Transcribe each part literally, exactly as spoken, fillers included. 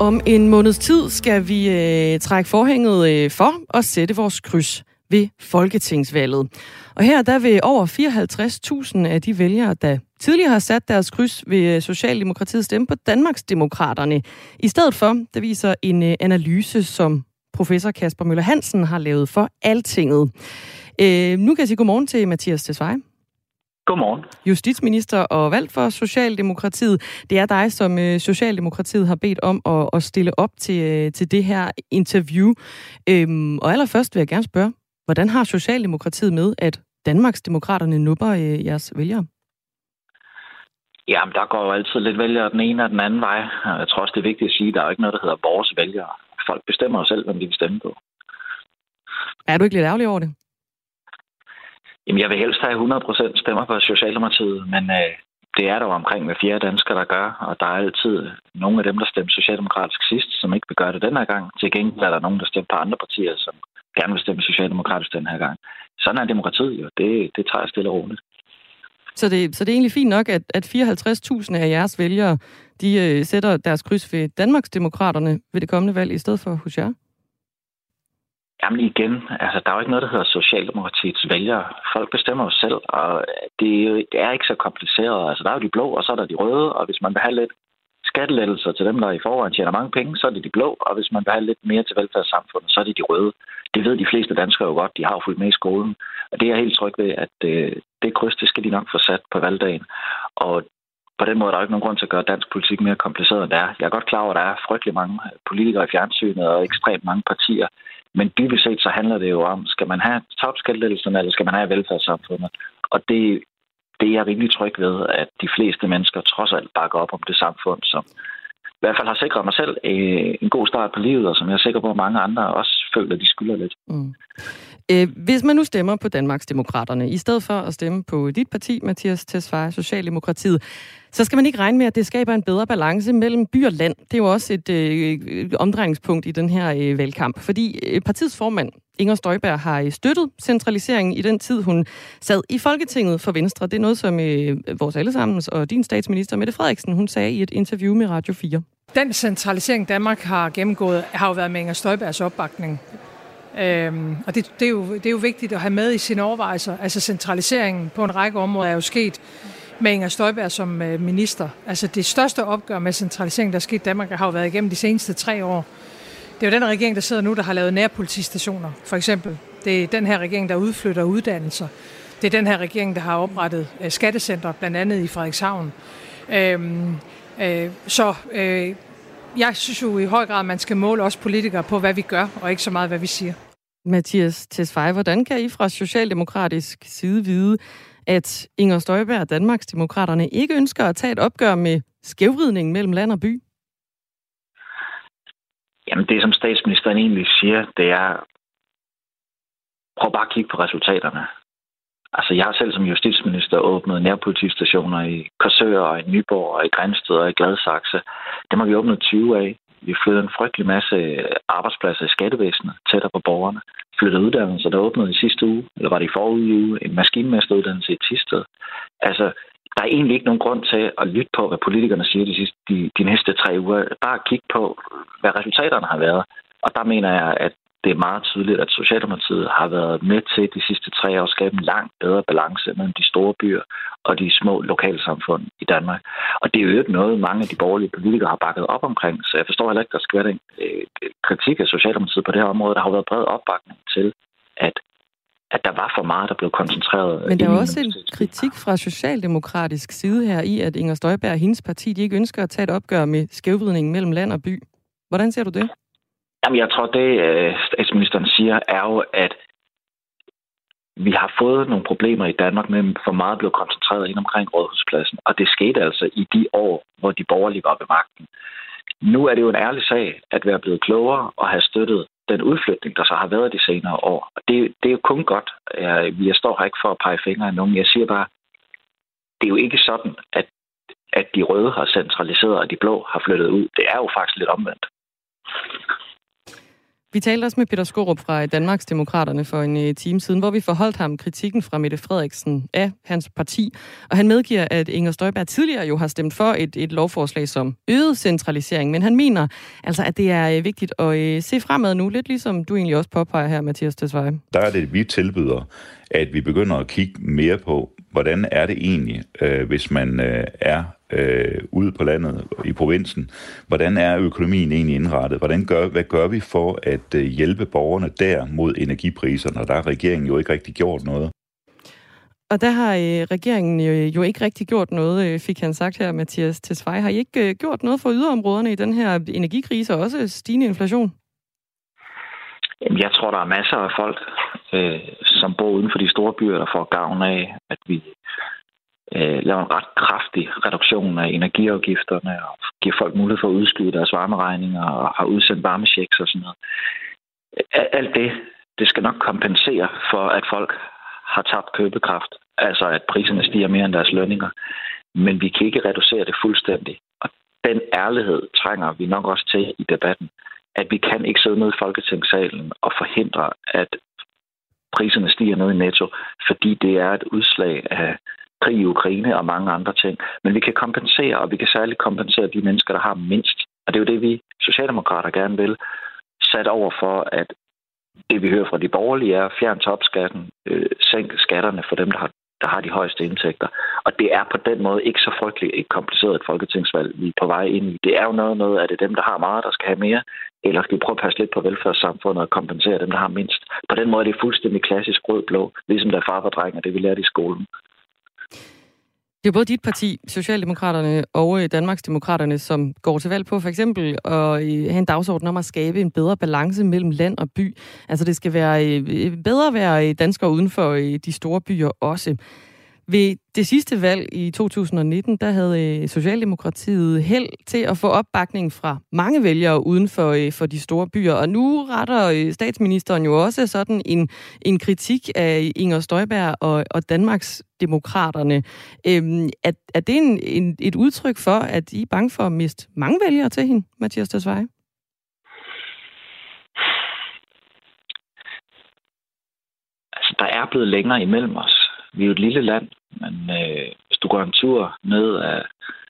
Om en måneds tid skal vi øh, trække forhænget øh, for og sætte vores kryds ved folketingsvalget. Og her der vil over fireoghalvtreds tusind af de vælgere, der tidligere har sat deres kryds ved Socialdemokratiet, stemme på Danmarksdemokraterne. I stedet for, der viser en øh, analyse, som professor Kasper Møller Hansen har lavet for Altinget. Øh, nu kan jeg sige godmorgen til Mattias Tesfaye. Godmorgen. Justitsminister og valgt for Socialdemokratiet. Det er dig, som øh, Socialdemokratiet har bedt om at, at stille op til, øh, til det her interview. Øhm, og allerførst vil jeg gerne spørge, hvordan har Socialdemokratiet med, at Danmarksdemokraterne nupper øh, jeres vælgere? Jamen, der går jo altid lidt vælgere den ene og den anden vej. Jeg tror også, det er vigtigt at sige, at der er ikke noget, der hedder vores vælgere. Folk bestemmer jo selv, hvem de vil stemme på. Er du ikke lidt ærgerlig over det? Jamen, jeg vil helst have hundrede procent stemmer på Socialdemokratiet, men øh, det er der jo omkring med fjerde danskere, der gør, og der er altid nogle af dem, der stemmer socialdemokratisk sidst, som ikke vil gøre det den her gang. Til gengæld er der nogen, der stemmer på andre partier, som gerne vil stemme socialdemokratisk den her gang. Sådan er demokratiet jo. Det, det tager jeg stille og roligt. Så det, så det er egentlig fint nok, at, at fireoghalvtreds tusind af jeres vælgere, de øh, sætter deres kryds ved Danmarksdemokraterne ved det kommende valg, i stedet for hos jer? Jamen igen, altså der er jo ikke noget, der hedder Socialdemokratiets vælgere. Folk bestemmer jo selv, og det er, jo, det er ikke så kompliceret. Altså der er jo de blå, og så er der de røde, og hvis man vil have lidt skattelettelser til dem, der i forvejen tjener mange penge, så er det de blå, og hvis man vil have lidt mere til velfærdssamfundet, så er det de røde. Det ved de fleste danskere jo godt, de har jo fulgt med i skolen, og det er jeg helt tryg ved, at øh, det kryds, det skal de nok få sat på valgdagen. Og på den måde er der jo ikke nogen grund til at gøre dansk politik mere kompliceret, end det er. Jeg er godt klar over, at der er frygtelig mange politikere i fjernsynet og ekstremt mange partier, men dybest set så handler det jo om, skal man have topskattelettelserne, eller skal man have velfærdssamfundet? Og det, det er jeg rimelig tryg ved, at de fleste mennesker trods alt bakker op om det samfund, som i hvert fald har sikret mig selv en god start på livet, og som jeg er sikker på, at mange andre også føler, at de skylder lidt. Mm. Øh, hvis man nu stemmer på Danmarksdemokraterne, i stedet for at stemme på dit parti, Mattias Tesfaye, Socialdemokratiet, så skal man ikke regne med, at det skaber en bedre balance mellem by og land. Det er jo også et øh, omdrejningspunkt i den her øh, valgkamp, fordi øh, partiets formand, Inger Støjberg, har støttet centraliseringen i den tid, hun sad i Folketinget for Venstre. Det er noget, som øh, vores allesammens og din statsminister, Mette Frederiksen, hun sagde i et interview med Radio fire. Den centralisering, Danmark har gennemgået, har jo været med Inger Støjbergs opbakning. Øhm, og det, det, er jo, det er jo vigtigt at have med i sine overvejelser. Altså centraliseringen på en række områder er jo sket med Inger Støjberg som øh, minister. Altså det største opgør med centralisering, der er sket i Danmark, har jo været igennem de seneste tre år. Det er jo den regering, der sidder nu, der har lavet nærpolitistationer, for eksempel. Det er den her regering, der udflytter uddannelser. Det er den her regering, der har oprettet øh, skattecenter, blandt andet i Frederikshavn. Øhm, øh, så øh, jeg synes jo i høj grad, at man skal måle os politikere på, hvad vi gør, og ikke så meget, hvad vi siger. Mattias Tesfaye, hvordan kan I fra socialdemokratisk side vide, at Inger Støjberg og Danmarksdemokraterne ikke ønsker at tage et opgør med skævvridningen mellem land og by? Jamen det, som statsministeren egentlig siger, det er, prøv bare at kigge på resultaterne. Altså jeg har selv som justitsminister åbnet nærpolitistationer i Korsør og i Nyborg og i Grænsted og i Gladsaxe. Dem har vi åbnet tyve af. Vi flyttede en frygtelig masse arbejdspladser i skattevæsenet tættere på borgerne. Flyttede uddannelser, der åbnede i sidste uge, eller var det i forrige uge, en maskinmesteruddannelse i Thisted. Altså, der er egentlig ikke nogen grund til at lytte på, hvad politikerne siger de, sidste, de, de næste tre uger. Bare kigge på, hvad resultaterne har været. Og der mener jeg, at det er meget tydeligt, at Socialdemokratiet har været med til de sidste tre år at skabe en langt bedre balance mellem de store byer og de små lokalsamfund i Danmark. Og det er jo ikke noget, mange af de borgerlige politikere har bakket op omkring, så jeg forstår heller ikke, der skal være den øh, kritik af Socialdemokratiet på det her område. Der har jo været bred opbakning til, at, at der var for meget, der blev koncentreret. Men der er også en kritik fra socialdemokratisk side her i, at Inger Støjberg og hendes parti, de ikke ønsker at tage et opgør med skævvridningen mellem land og by. Hvordan ser du det? Jamen, jeg tror, det statsministeren siger, er jo, at vi har fået nogle problemer i Danmark med, at for meget blev koncentreret ind omkring Rådhuspladsen. Og det skete altså i de år, hvor de borgerlige var ved magten. Nu er det jo en ærlig sag at være blevet klogere og have støttet den udflytning, der så har været de senere år. Og det, det er jo kun godt. Jeg, jeg står her ikke for at pege fingre af nogen. Jeg siger bare, det er jo ikke sådan, at, at de røde har centraliseret, og de blå har flyttet ud. Det er jo faktisk lidt omvendt. Vi talte også med Peter Skaarup fra Danmarks Demokraterne for en uh, time siden, hvor vi forholdt ham kritikken fra Mette Frederiksen af hans parti. Og han medgiver, at Inger Støjberg tidligere jo har stemt for et, et lovforslag som øget centralisering. Men han mener altså, at det er uh, vigtigt at uh, se fremad nu, lidt ligesom du egentlig også påpeger her, Mattias Tesfaye. Der er det, vi tilbyder, at vi begynder at kigge mere på, hvordan er det egentlig, øh, hvis man øh, er øh, ude på landet, i provinsen. Hvordan er økonomien egentlig indrettet? Hvordan gør, hvad gør vi for at øh, hjælpe borgerne der mod energipriserne? Og der har regeringen jo ikke rigtig gjort noget. Og der har øh, regeringen jo, jo ikke rigtig gjort noget, øh, fik han sagt her, Mattias Tesfaye. Har I ikke øh, gjort noget for yderområderne i den her energikrise og også stigende inflation? Jeg tror, der er masser af folk, øh, som bor uden for de store byer, der får gavn af, at vi øh, laver en ret kraftig reduktion af energiafgifterne og giver folk mulighed for at udskyde deres varmeregninger og har udsendt varmechecks og sådan noget. Alt det, det skal nok kompensere for, at folk har tabt købekraft, altså at priserne stiger mere end deres lønninger. Men vi kan ikke reducere det fuldstændig. Og den ærlighed trænger vi nok også til i debatten. At vi kan ikke sidde nede i Folketingssalen og forhindre, at priserne stiger ned i Netto, fordi det er et udslag af krig i Ukraine og mange andre ting. Men vi kan kompensere, og vi kan særligt kompensere de mennesker, der har mindst. Og det er jo det, vi socialdemokrater gerne vil, sat over for, at det, vi hører fra de borgerlige, er at fjerne topskatten, øh, sænke skatterne for dem, der har der har de højeste indtægter. Og det er på den måde ikke så frygteligt et kompliceret et folketingsvalg, vi er på vej ind i. Det er jo noget, noget af det dem, der har meget, der skal have mere, eller skal vi prøve at passe lidt på velfærdssamfundet og kompensere dem, der har mindst. På den måde er det fuldstændig klassisk rød-blå, ligesom der far var dreng, og det vi lærte i skolen. Det er både dit parti, Socialdemokraterne og Danmarksdemokraterne, som går til valg på for eksempel at have en dagsorden om at skabe en bedre balance mellem land og by. Altså det skal være bedre at være dansker uden for de store byer også. Ved det sidste valg i to tusind nitten, der havde Socialdemokratiet held til at få opbakning fra mange vælgere uden for, for de store byer. Og nu retter statsministeren jo også sådan en, en kritik af Inger Støjberg og, og Danmarks Demokraterne. Øhm, er, er det en, en, et udtryk for, at I er bange for at miste mange vælgere til hende, Mattias Tesfaye? Altså, der er blevet længere imellem os. Vi er jo et lille land, men øh, hvis du går en tur ned af,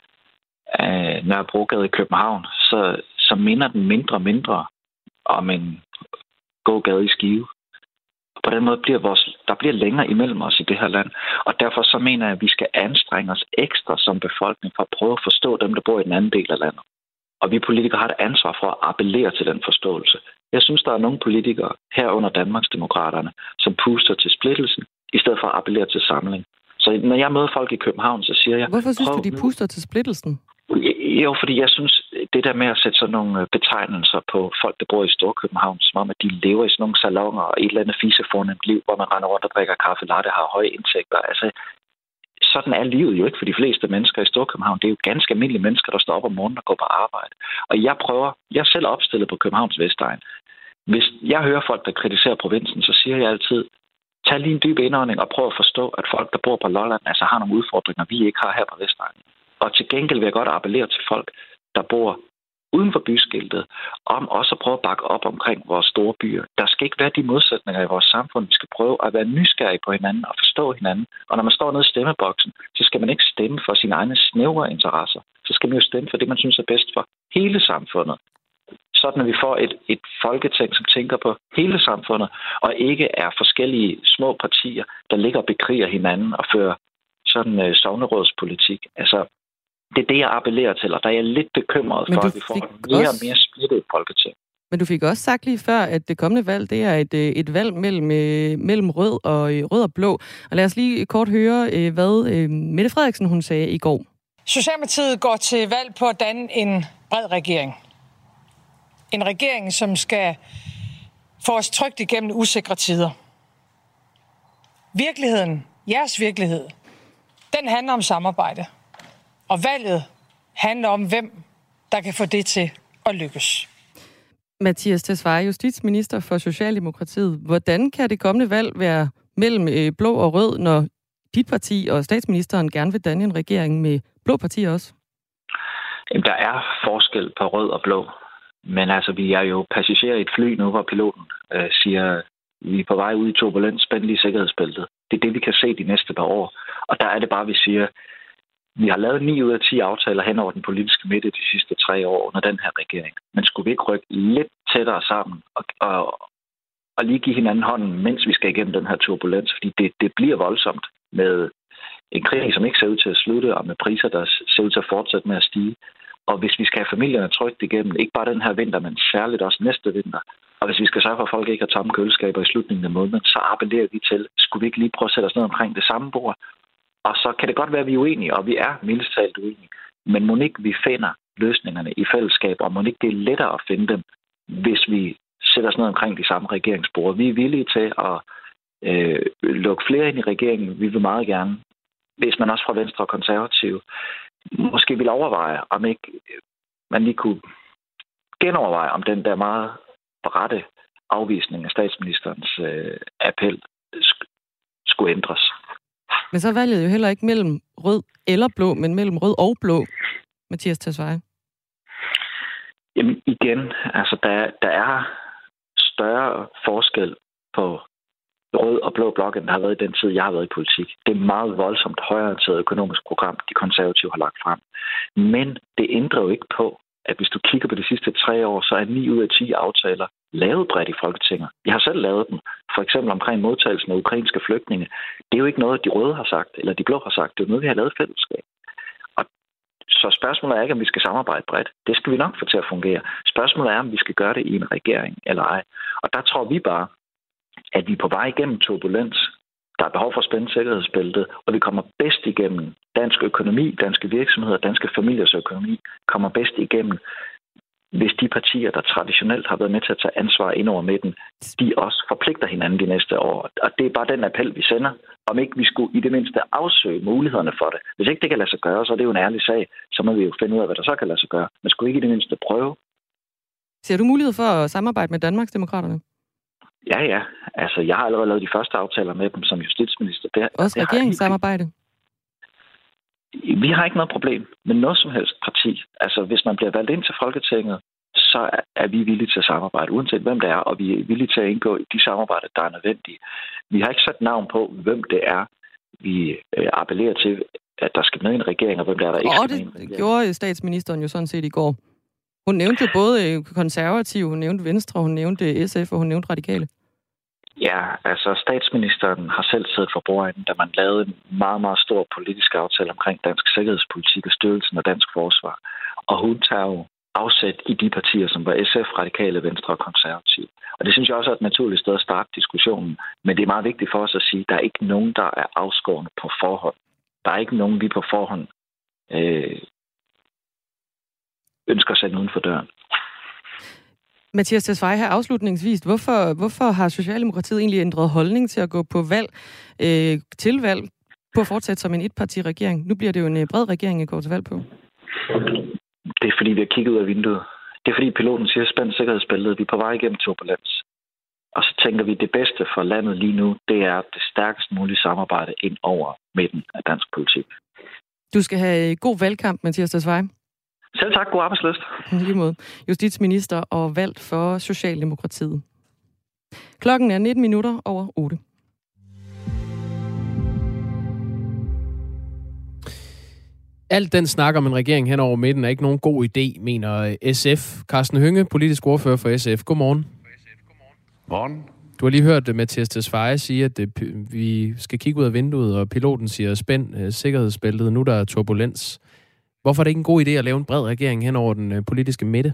af Nørrebrogade i København, så, så minder den mindre og mindre om en gågade i Skive. På den måde bliver vores, der bliver længere imellem os i det her land, og derfor så mener jeg, at vi skal anstrenge os ekstra som befolkning for at prøve at forstå dem, der bor i den anden del af landet. Og vi politikere har et ansvar for at appellere til den forståelse. Jeg synes, der er nogle politikere herunder Danmarksdemokraterne, som puster til splittelsen, i stedet for at appellere til samling. Så når jeg møder folk i København, så siger jeg... Hvorfor synes du, de puster til splittelsen? Jo, fordi jeg synes, det der med at sætte sådan nogle betegnelser på folk, der bor i Storkøbenhavn, som om, at de lever i sådan nogle salonger og et eller andet fisefornemt liv, hvor man render rundt og drikker kaffe latte og har høje indtægter. Altså, sådan er livet jo ikke for de fleste mennesker i Storkøbenhavn. Det er jo ganske almindelige mennesker, der står op om morgenen og går på arbejde. Og jeg prøver... Jeg er selv opstillet på Københavns Vestegn. Hvis jeg hører folk, der kritiserer provinsen, så siger jeg altid... Tag lige en dyb indånding og prøv at forstå, at folk, der bor på Lolland, altså har nogle udfordringer, vi ikke har her på Vestegnen. Og til gengæld vil jeg godt appellere til folk, der bor uden for byskiltet, om også at prøve at bakke op omkring vores store byer. Der skal ikke være de modsætninger i vores samfund. Vi skal prøve at være nysgerrige på hinanden og forstå hinanden. Og når man står nede i stemmeboksen, så skal man ikke stemme for sine egne snævre interesser. Så skal man jo stemme for det, man synes er bedst for hele samfundet. Sådan at vi får et, et folketing, som tænker på hele samfundet, og ikke er forskellige små partier, der ligger og bekriger hinanden og fører sådan en uh, sognerådspolitik. Altså, det er det, jeg appellerer til, og der er jeg lidt bekymret for, at vi får mere og mere splittet folketing. Men du fik også sagt lige før, at det kommende valg, det er et, et valg mellem, mellem rød og rød og blå. Og lad os lige kort høre, hvad Mette Frederiksen hun sagde i går. Socialdemokratiet går til valg på at danne en bred regering. En regering, som skal få os trygt igennem usikre tider. Virkeligheden, jeres virkelighed, den handler om samarbejde. Og valget handler om, hvem der kan få det til at lykkes. Mattias Tesfaye, justitsminister for Socialdemokratiet. Hvordan kan det kommende valg være mellem blå og rød, når dit parti og statsministeren gerne vil danne en regering med blå partier også? Jamen, der er forskel på rød og blå. Men altså, vi er jo passagerer i et fly nu, hvor piloten øh, siger, vi er på vej ud i turbulens, spænd lige sikkerhedsbæltet. Det er det, vi kan se de næste par år. Og der er det bare, vi siger, vi har lavet ni ud af ti aftaler hen over den politiske midte de sidste tre år under den her regering. Men skulle vi ikke rykke lidt tættere sammen og, og, og lige give hinanden hånden, mens vi skal igennem den her turbulens? Fordi det, det bliver voldsomt med en krig, som ikke ser ud til at slutte, og med priser, der ser ud til at fortsætte med at stige. Og hvis vi skal have familierne trygt igennem, ikke bare den her vinter, men særligt også næste vinter, og hvis vi skal sørge for, at folk ikke har tomme køleskabere i slutningen af måneden, så appellerer vi til, skulle vi ikke lige prøve at sætte os ned omkring det samme bord? Og så kan det godt være, at vi er uenige, og vi er mildest talt uenige. Men må ikke vi finder løsningerne i fællesskab, og må ikke det er lettere at finde dem, hvis vi sætter os ned omkring de samme regeringsbord. Vi er villige til at øh, lukke flere ind i regeringen. Vi vil meget gerne, hvis man også fra Venstre og Konservative, måske vil overveje, om ikke man lige kunne genoverveje, om den der meget rette afvisning af statsministerens øh, appel sk- skulle ændres. Men så er valget jo heller ikke mellem rød eller blå, men mellem rød og blå, Mattias Tesfaye. Jamen igen, altså der, der er større forskel på rød og blå blok, end der har været i den tid, jeg har været i politik. Det er et meget voldsomt højreorienteret økonomisk program, de konservative har lagt frem. Men det ændrer jo ikke på, at hvis du kigger på de sidste tre år, så er ni ud af ti aftaler lavet bredt i Folketinget. Jeg har selv lavet dem, for eksempel omkring modtagelsen af ukrainske flygtninge. Det er jo ikke noget, de røde har sagt, eller de blå har sagt. Det er noget, vi har lavet i fællesskab. Og så spørgsmålet er ikke, om vi skal samarbejde bredt. Det skal vi nok få til at fungere. Spørgsmålet er, om vi skal gøre det i en regering eller ej. Og der tror vi bare, at vi er på vej igennem turbulens. Der er behov for at spænde sikkerhedsbæltet, og vi kommer bedst igennem dansk økonomi, danske virksomheder, danske familiers økonomi, kommer bedst igennem, hvis de partier, der traditionelt har været med til at tage ansvar ind over midten, de også forpligter hinanden de næste år. Og det er bare den appel, vi sender, om ikke vi skulle i det mindste afsøge mulighederne for det. Hvis ikke det kan lade sig gøre, så er det jo en ærlig sag. Så må vi jo finde ud af, hvad der så kan lade sig gøre. Men skulle ikke i det mindste prøve. Ser du mulighed for at samarbejde med Danmarksdemokraterne? Ja, ja. Altså, jeg har allerede lavet de første aftaler med dem som justitsminister. Det, også det regeringssamarbejde? Vi har ikke noget problem med noget som helst parti. Altså, hvis man bliver valgt ind til Folketinget, så er vi villige til at samarbejde, uanset hvem det er, og vi er villige til at indgå i de samarbejder, der er nødvendige. Vi har ikke sat navn på, hvem det er, vi appellerer til, at der skal med en regering, og hvem det er, der ikke og skal med en regering. Og det gjorde statsministeren jo sådan set i går. Hun nævnte både konservative, hun nævnte Venstre, hun nævnte S F, og hun nævnte Radikale. Ja, altså statsministeren har selv siddet for bordenden, da man lavede en meget, meget stor politisk aftale omkring dansk sikkerhedspolitik og styrkelsen af dansk forsvar. Og hun tager jo afsæt i de partier, som var S F, Radikale, Venstre og Konservative. Og det synes jeg også er et naturligt sted at starte diskussionen. Men det er meget vigtigt for os at sige, at der er ikke nogen, der er afskårende på forhånd. Der er ikke nogen, vi på forhånd øh, ønsker at sætte uden for døren. Mattias Tesfaye, her afslutningsvis, hvorfor, hvorfor har Socialdemokratiet egentlig ændret holdning til at gå på valg, øh, til valg på at fortsætte som en etparti-regering? Nu bliver det jo en bred regering, I går til valg på. Det er fordi, vi har kigget ud af vinduet. Det er fordi, piloten siger, spænd sikkerhedsbæltet, vi er på vej igennem turbulens. Og så tænker vi, at det bedste for landet lige nu, det er det stærkest mulige samarbejde ind over midten af dansk politik. Du skal have god valgkamp, Mattias Tesfaye. Selv tak, god arbejdslyst. Lige måde. Justitsminister og valgt for Socialdemokratiet. Klokken er nitten minutter over otte. Alt den snak om en regering hen over midten er ikke nogen god idé, mener S F. Carsten Hønge, politisk ordfører for S F. Godmorgen. Morgen. Du har lige hørt Mattias Tesfaye sige, at det, vi skal kigge ud af vinduet, og piloten siger, spænd uh, sikkerhedsbæltet, nu der er turbulens. Hvorfor er det ikke en god idé at lave en bred regering hen over den uh, politiske midte?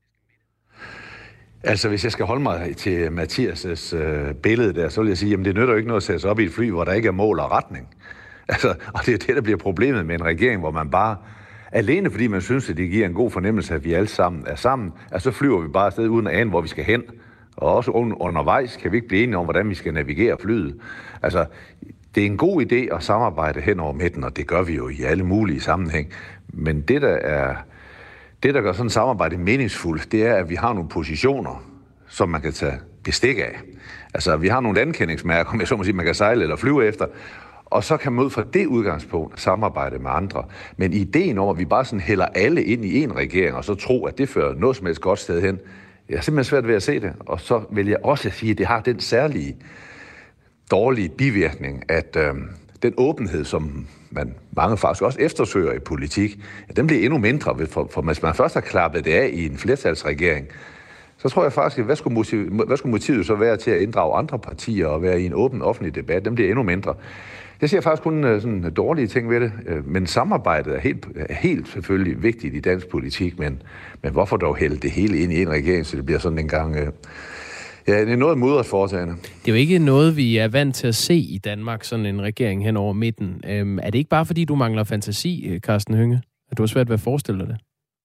Altså, hvis jeg skal holde mig til Mathias' øh, billede der, så vil jeg sige, at det nytter jo ikke noget at sætte sig op i et fly, hvor der ikke er mål og retning. Altså, og det er det, der bliver problemet med en regering, hvor man bare, alene fordi man synes, at det giver en god fornemmelse, at vi alle sammen er sammen, altså så flyver vi bare afsted uden at ane, hvor vi skal hen. Og også undervejs kan vi ikke blive enige om, hvordan vi skal navigere flyet. Altså, det er en god idé at samarbejde hen over midten, og det gør vi jo i alle mulige sammenhæng. Men det, der er... Det, der gør sådan et samarbejde meningsfuldt, det er, at vi har nogle positioner, som man kan tage bestik af. Altså, vi har nogle landkendingsmærker, om jeg så må sige, man kan sejle eller flyve efter. Og så kan man ud fra det udgangspunkt samarbejde med andre. Men ideen om, at vi bare sådan hælder alle ind i en regering, og så tro, at det fører noget som helst godt sted hen, jeg er simpelthen svært ved at se det. Og så vil jeg også sige, at det har den særlige dårlige bivirkning, at øh, den åbenhed, som man mange faktisk også eftersøger i politik, ja, den bliver endnu mindre, for, for hvis man først har klappet det af i en flertalsregering, så tror jeg faktisk, at hvad skulle, motiv, hvad skulle motivet så være til at inddrage andre partier og være i en åben offentlig debat? Den bliver endnu mindre. Jeg ser faktisk kun sådan dårlige ting ved det, men samarbejdet er helt, helt selvfølgelig vigtigt i dansk politik, men, men hvorfor dog hælde det hele ind i en regering, så det bliver sådan en gang... Ja, det er noget mudret foretagende. Det er jo ikke noget, vi er vant til at se i Danmark, sådan en regering hen over midten. Øhm, er det ikke bare, fordi du mangler fantasi, Karsten Hønge, at du har svært ved at forestille dig det?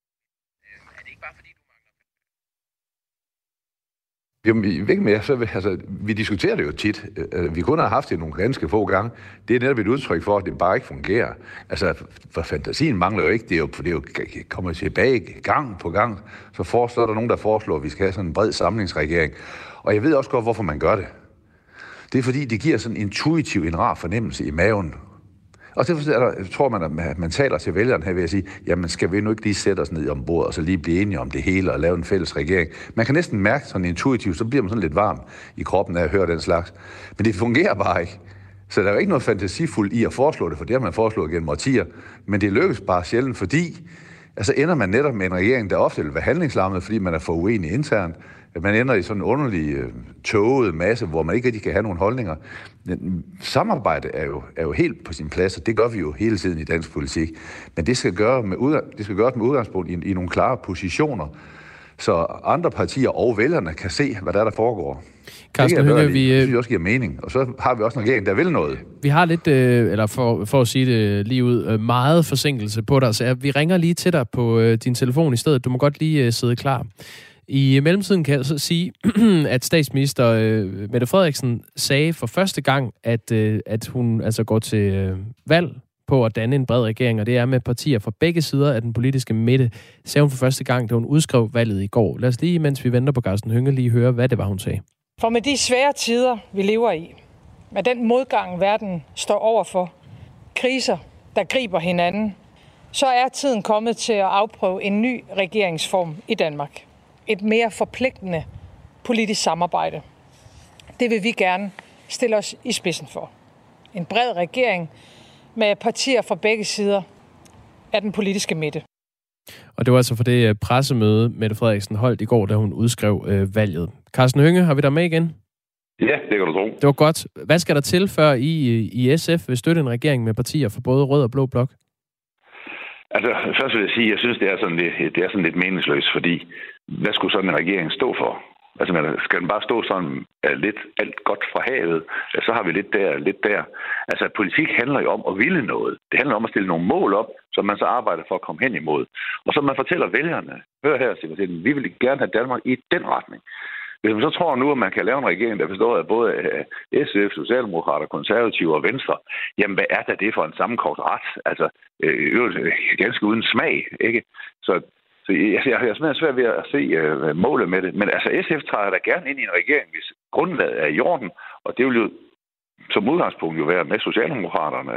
Jamen, ikke mere. Så, altså, vi diskuterer det jo tit. Vi kun har haft det nogle ganske få gange. Det er netop et udtryk for, at det bare ikke fungerer. Altså, for fantasien mangler jo ikke. Det er jo, det er jo kommer tilbage gang på gang. Så foreslår der nogen, der foreslår, at vi skal have sådan en bred samlingsregering. Og jeg ved også godt, hvorfor man gør det. Det er fordi, det giver sådan en intuitiv, en rar fornemmelse i maven. Og derfor tror man, at man taler til vælgerne her ved at sige, jamen skal vi nu ikke lige sætte os ned om bordet, og så lige blive enige om det hele og lave en fælles regering. Man kan næsten mærke sådan intuitivt, så bliver man sådan lidt varm i kroppen af at høre den slags. Men det fungerer bare ikke. Så der er jo ikke noget fantasifuldt i at foreslå det, for det har man foreslået gennem årtier. Men det lykkes bare sjældent, fordi altså ender man netop med en regering, der ofte vil være handlingslammet, fordi man er for uenig internt. Man ender i sådan en underlig øh, tåget masse, hvor man ikke rigtig kan have nogle holdninger. Men samarbejde er jo, er jo helt på sin plads, og det gør vi jo hele tiden i dansk politik. Men det skal, gøre med udgang, det skal gøres med udgangspunkt i, i nogle klare positioner, så andre partier og vælgerne kan se, hvad der er, der foregår. Karsten Hønge, vi... Det synes jeg også giver mening. Og så har vi også en regering, der vil noget. Vi har lidt, øh, eller for, for at sige det lige ud, øh, meget forsinkelse på dig, så vi ringer lige til dig på øh, din telefon i stedet. Du må godt lige øh, sidde klar. I mellemtiden kan jeg så sige, at statsminister øh, Mette Frederiksen sagde for første gang, at, øh, at hun altså går til øh, valg på at danne en bred regering, og det er med partier fra begge sider af den politiske midte, sagde hun for første gang, da hun udskrev valget i går. Lad os lige, mens vi venter på Karsten Hønge, lige høre, hvad det var, hun sagde. For med de svære tider, vi lever i, med den modgang, verden står overfor, kriser, der griber hinanden, så er tiden kommet til at afprøve en ny regeringsform i Danmark. Et mere forpligtende politisk samarbejde. Det vil vi gerne stille os i spidsen for. En bred regering med partier fra begge sider af den politiske midte. Og det var altså for det pressemøde, Mette Frederiksen holdt i går, da hun udskrev øh, valget. Karsten Hønge, har vi dig med igen? Ja, det kan du tro. Det var godt. Hvad skal der til, før I i S F vil støtte en regering med partier fra både rød og blå blok? Altså, først vil jeg sige, at jeg synes, det er sådan lidt, det er sådan lidt meningsløst, fordi hvad skulle sådan en regering stå for? Altså, skal den bare stå sådan uh, lidt alt godt fra havet, så har vi lidt der, lidt der. Altså, politik handler jo om at ville noget. Det handler om at stille nogle mål op, som man så arbejder for at komme hen imod. Og så man fortæller vælgerne, hør her, Sebastian, vi vil gerne have Danmark i den retning. Hvis man så tror nu, at man kan lave en regering, der består af både S F, Socialdemokrater, Konservative og Venstre, jamen hvad er det for en sammenkogt ret? Altså, øh, ganske uden smag, ikke? Så, så jeg, jeg er simpelthen svært ved at se øh, målet med det. Men altså, S F træder da gerne ind i en regering, hvis grundlaget er i orden, og det vil jo som udgangspunkt jo være med Socialdemokraterne.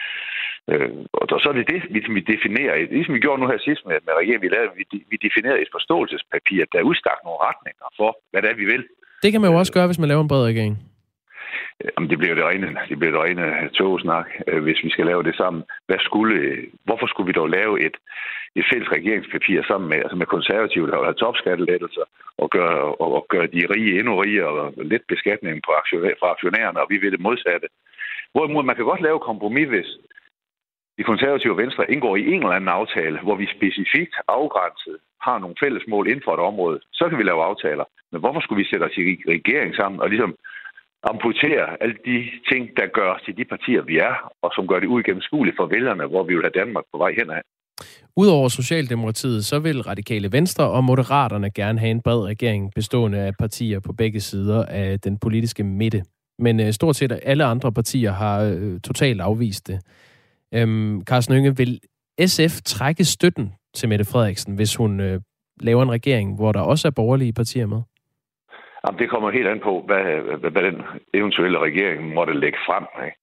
Øh, og så er det det, vi definerer. Ligesom vi gjorde nu her sidst med, med regeringen, vi lavede, vi, vi definerede et forståelsespapir, der udstak nogle retninger for, hvad det er, vi vil. Det kan man jo også gøre, hvis man laver en bred regering. Jamen, det bliver det rene, det bliver det rene togsnak, hvis vi skal lave det sammen. Hvad skulle, hvorfor skulle vi dog lave et, et fælles regeringspapir sammen med, altså med konservative, der har topskattelettelser, og gøre, og, og gøre de rige endnu rigere, og let beskatning på aktionær, fra aktionærerne, og vi vil det modsatte. Hvorimod man kan godt lave kompromis, hvis de konservative og Venstre indgår i en eller anden aftale, hvor vi specifikt afgrænset har nogle fælles mål inden for et område, så kan vi lave aftaler. Men hvorfor skulle vi sætte os i regering sammen og ligesom amputere alle de ting, der gør os til de partier, vi er, og som gør det uigennemskueligt for vælgerne, hvor vi vil have Danmark på vej henad? Udover Socialdemokratiet, så vil Radikale Venstre og Moderaterne gerne have en bred regering bestående af partier på begge sider af den politiske midte. Men stort set alle andre partier har øh, totalt afvist det. Øhm, Karsten Hønge, vil S F trække støtten til Mette Frederiksen, hvis hun øh, laver en regering, hvor der også er borgerlige partier med? Jamen, det kommer helt an på, hvad, hvad, hvad den eventuelle regering måtte lægge frem. Ikke?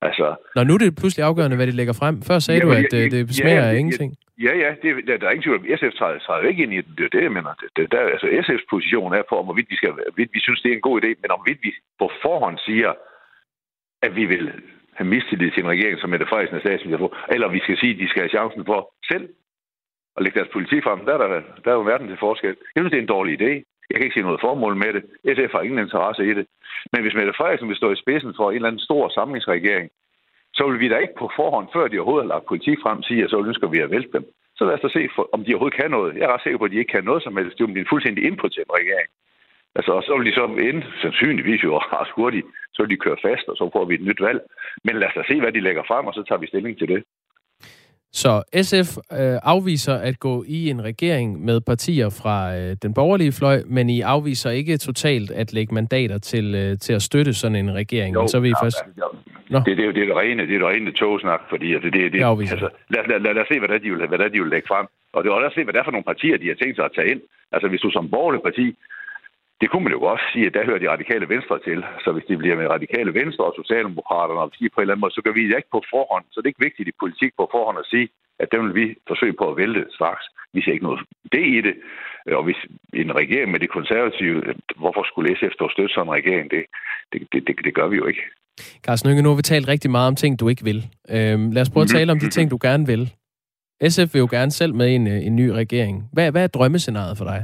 Altså, Nå, nu er det pludselig afgørende, hvad de lægger frem. Før sagde ja, du, at ja, det smager ja, af ingenting. Ja, ja, det, der, der er ingen tvivl om, S F træder, træder ikke ind i det. Det er det, jeg mener. Det, det, der, altså, S F's position er på, om hvorvidt vi, skal, hvorvidt vi synes, det er en god idé, men om hvorvidt vi på forhånd siger, at vi vil have mistillid til en regering, som Mette Frederiksen er statsminister, eller vi skal sige, at de skal have chancen for selv at lægge deres politik frem. Der er, der, der er jo verden til forskel. Jeg synes, det er en dårlig idé. Jeg kan ikke se noget formål med det. S F har ingen interesse i det. Men hvis Mette Frederiksen vil stå i spidsen for en eller anden stor samlingsregering, så vil vi da ikke på forhånd, før de overhovedet har lagt politik frem, sige, at så ønsker vi at vælte dem. Så lad os da se, om de overhovedet kan noget. Jeg er ret sikker på, at de ikke kan noget som helst. Det er en fuldstændig impotent regering. Altså, og så vil de så ende, sandsynligvis jo ret hurtigt, så vil de køre fast, og så får vi et nyt valg. Men lad os da se, hvad de lægger frem, og så tager vi stilling til det. Så S F øh, afviser at gå i en regering med partier fra øh, den borgerlige fløj, men I afviser ikke totalt at lægge mandater til, øh, til at støtte sådan en regering. Jo, så vil I ja, først... ja, ja. Det, det, er jo det, er det rene, det er det rene togsnak, fordi altså, det, det, altså, lad, lad, lad, lad os se, hvad der, de vil, hvad der de vil lægge frem. Og det er også se, hvad der er for nogle partier, de har tænkt sig at tage ind. Altså, hvis du som borgerlig parti, det kunne man jo også sige, at der hører de radikale venstre til. Så hvis de bliver med radikale venstre og socialdemokraterne, og hvis de på en eller anden måde, så gør vi det ikke på forhånd. Så det er ikke vigtigt i politik på forhånd at sige, at dem vil vi forsøge på at vælte straks. Vi ser ikke noget det i det. Og hvis en regering med de konservative, hvorfor skulle S F stå støtte sådan en regering? Det, det, det, det, det gør vi jo ikke. Carsten Hønge, nu har vi talt rigtig meget om ting, du ikke vil. Øhm, lad os prøve at tale om de ting, du gerne vil. S F vil jo gerne selv med i en, en ny regering. Hvad, hvad er drømmescenariet for dig?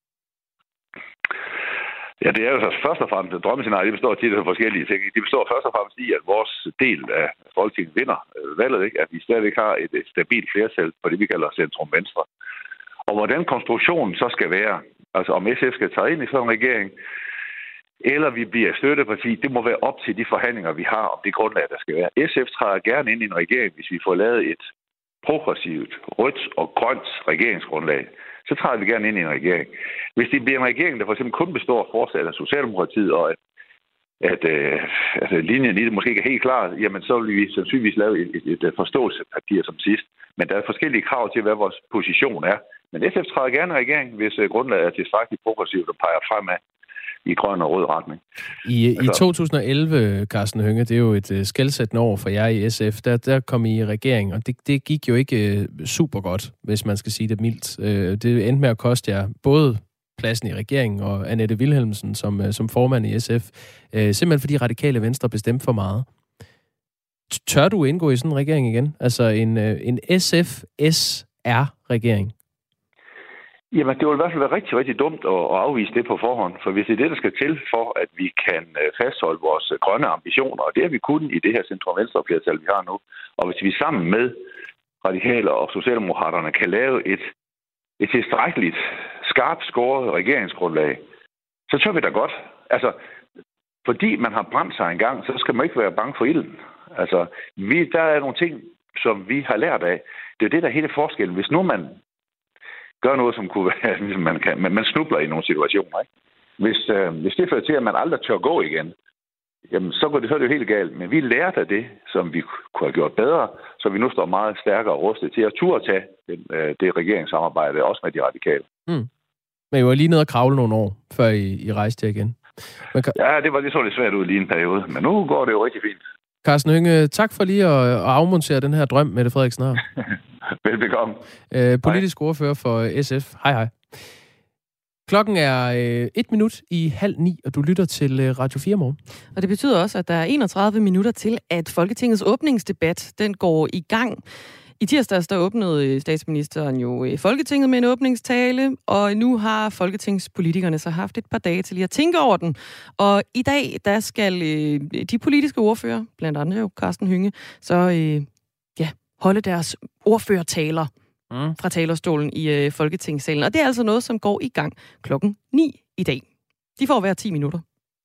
Ja, det er jo så først og fremmest, at drømmescenariet, det består tit af forskellige ting. Det består først og fremmest i, at vores del af Folketinget vinder valget, ikke? At vi stadigvæk har et, et stabilt flertal på det, vi kalder centrum venstre. Og hvordan konstruktionen så skal være, altså om S F skal tage ind i sådan en regering, eller vi bliver støtteparti, det må være op til de forhandlinger, vi har om det grundlag, der skal være. S F træder gerne ind i en regering, hvis vi får lavet et progressivt, rødt og grønt regeringsgrundlag. Så træder vi gerne ind i en regering. Hvis det bliver en regering, der for eksempel kun består af fortsat af Socialdemokratiet, og at, at, øh, at linjen i det måske ikke er helt klar, jamen så vil vi sandsynligvis lave et, et, et forståelsespapir som sidst. Men der er forskellige krav til, hvad vores position er. Men S F træder gerne i regering, hvis uh, grundlaget er tilstrækkeligt progressivt og peger fremad i grøn og rød retning. I, altså, i to tusind og elleve, Carsten Hønge, det er jo et uh, skelsættende år for jer i S F, der, der kom I i regering, og det, det gik jo ikke uh, super godt, hvis man skal sige det mildt. Uh, det endte med at koste jer både pladsen i regeringen og Annette Wilhelmsen som, uh, som formand i S F, uh, simpelthen fordi Radikale Venstre bestemte for meget. Tør du indgå i sådan en regering igen? Altså en, uh, en S F S R-regering? Jamen, det vil i hvert fald være rigtig, rigtig dumt at afvise det på forhånd, for hvis det er det, der skal til for, at vi kan fastholde vores grønne ambitioner, og det har vi kunnet i det her centrum-venstre-flertal, vi har nu, og hvis vi sammen med radikale og socialdemokraterne kan lave et, et tilstrækkeligt skarpt skåret regeringsgrundlag, så tør vi da godt. Altså, fordi man har brændt sig engang, så skal man ikke være bange for ilden. Altså, vi, der er nogle ting, som vi har lært af. Det er jo det, der er hele forskellen. Hvis nu man gør noget, som kunne være, ligesom man kan, men man snubler i nogle situationer, ikke? Hvis, øh, hvis det fører til, at man aldrig tør gå igen, jamen, så, går det, så er det jo helt galt. Men vi lærte af det, som vi kunne have gjort bedre, så vi nu står meget stærkere rustet til at turde tage det, øh, det regeringssamarbejde, også med de radikale. Mm. Men I var lige nede og kravle nogle år, før I, I rejste jer igen. Kan... Ja, det var det så lidt svært ud lige en periode, men nu går det jo rigtig fint. Carsten Hønge, tak for lige at, at afmontere den her drøm, Mette Frederiksen har. Velbekomme. Øh, politisk hej. Ordfører for S F. Hej hej. Klokken er øh, et minut i halv ni, og du lytter til øh, Radio fire Morgen. Og det betyder også, at der er enogtredive minutter til, at Folketingets åbningsdebat, den går i gang. I tirsdags, der åbnede statsministeren jo Folketinget med en åbningstale, og nu har folketingspolitikerne så haft et par dage til lige at tænke over den. Og i dag, der skal øh, de politiske ordfører, blandt andet jo Carsten Hønge, så øh, ja, holde deres ordførertaler mm. fra talerstolen i øh, Folketingssalen. Og det er altså noget, som går i gang klokken ni i dag. De får hver ti minutter.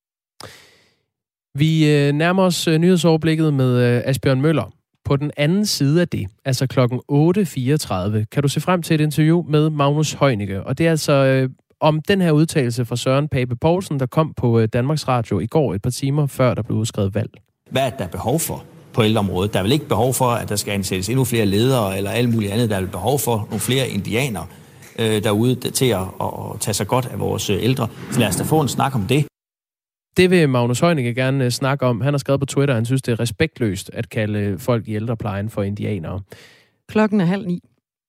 Vi øh, nærmer os øh, nyhedsoverblikket med øh, Asbjørn Møller. På den anden side af det, altså klokken otte fireogtredive, kan du se frem til et interview med Magnus Heunicke. Og det er altså øh, om den her udtalelse fra Søren Pape Poulsen, der kom på øh, Danmarks Radio i går et par timer før der blev udskrevet valg. Hvad er der behov for på ældreområdet? Der er vel ikke behov for, at der skal ansættes endnu flere ledere eller alt muligt andet. Der er vel behov for nogle flere indianere øh, derude til at, at tage sig godt af vores ældre. Så lad os da få en snak om det. Det vil Magnus Heunicke gerne snakke om. Han har skrevet på Twitter, at han synes, det er respektløst at kalde folk i ældreplejen for indianere. Klokken er halv ni.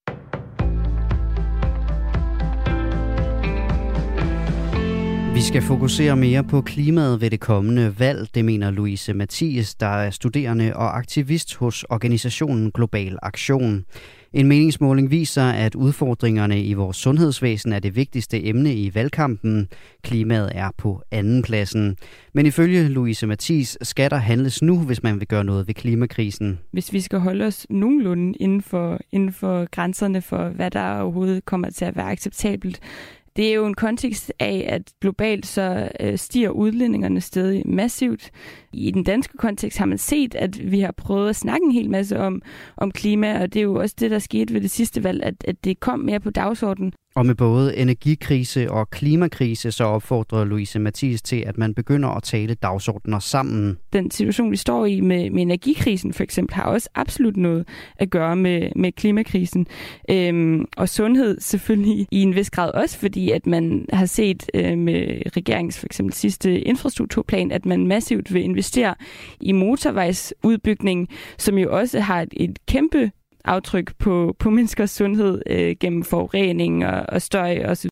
Vi skal fokusere mere på klimaet ved det kommende valg, det mener Louise Mathies, der er studerende og aktivist hos organisationen Global Aktion. En meningsmåling viser, at udfordringerne i vores sundhedsvæsen er det vigtigste emne i valgkampen. Klimaet er på andenpladsen. Men ifølge Louise Mathies skal der handles nu, hvis man vil gøre noget ved klimakrisen. Hvis vi skal holde os nogenlunde inden for, inden for grænserne for, hvad der overhovedet kommer til at være acceptabelt. Det er jo en kontekst af, at globalt så stiger udledningerne stadig massivt. I den danske kontekst har man set, at vi har prøvet at snakke en hel masse om, om klima, og det er jo også det, der skete ved det sidste valg, at, at det kom mere på dagsordenen. Og med både energikrise og klimakrise, så opfordrer Louise Mathies til, at man begynder at tale dagsordner sammen. Den situation, vi står i med, med energikrisen for eksempel, har også absolut noget at gøre med, med klimakrisen. Øhm, og sundhed selvfølgelig i en vis grad også, fordi at man har set øh, med regeringens for eksempel sidste infrastrukturplan, at man massivt vil investere i motorvejsudbygning, som jo også har et, et kæmpe aftryk på, på menneskers sundhed øh, gennem forurening og, og støj og så.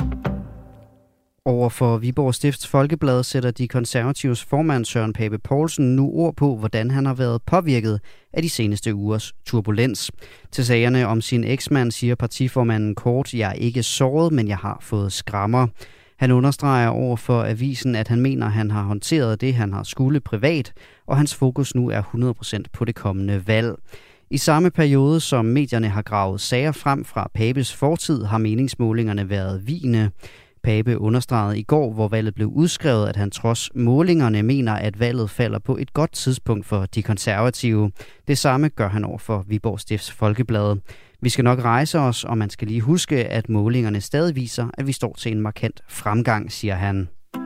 Over for Viborg Stifts Folkeblad sætter de konservatives formand Søren Pape Poulsen nu ord på, hvordan han har været påvirket af de seneste ugers turbulens. Til sagerne om sin eksmand siger partiformanden kort, jeg er ikke såret, men jeg har fået skrammer. Han understreger over for avisen, at han mener, at han har håndteret det, han har skulle privat, og hans fokus nu er hundrede procent på det kommende valg. I samme periode, som medierne har gravet sager frem fra Papes fortid, har meningsmålingerne været vigende. Pape understregede i går, hvor valget blev udskrevet, at han trods målingerne mener, at valget falder på et godt tidspunkt for de konservative. Det samme gør han over for Viborg Stifts Folkeblad. Vi skal nok rejse os, og man skal lige huske, at målingerne stadig viser, at vi står til en markant fremgang, siger han.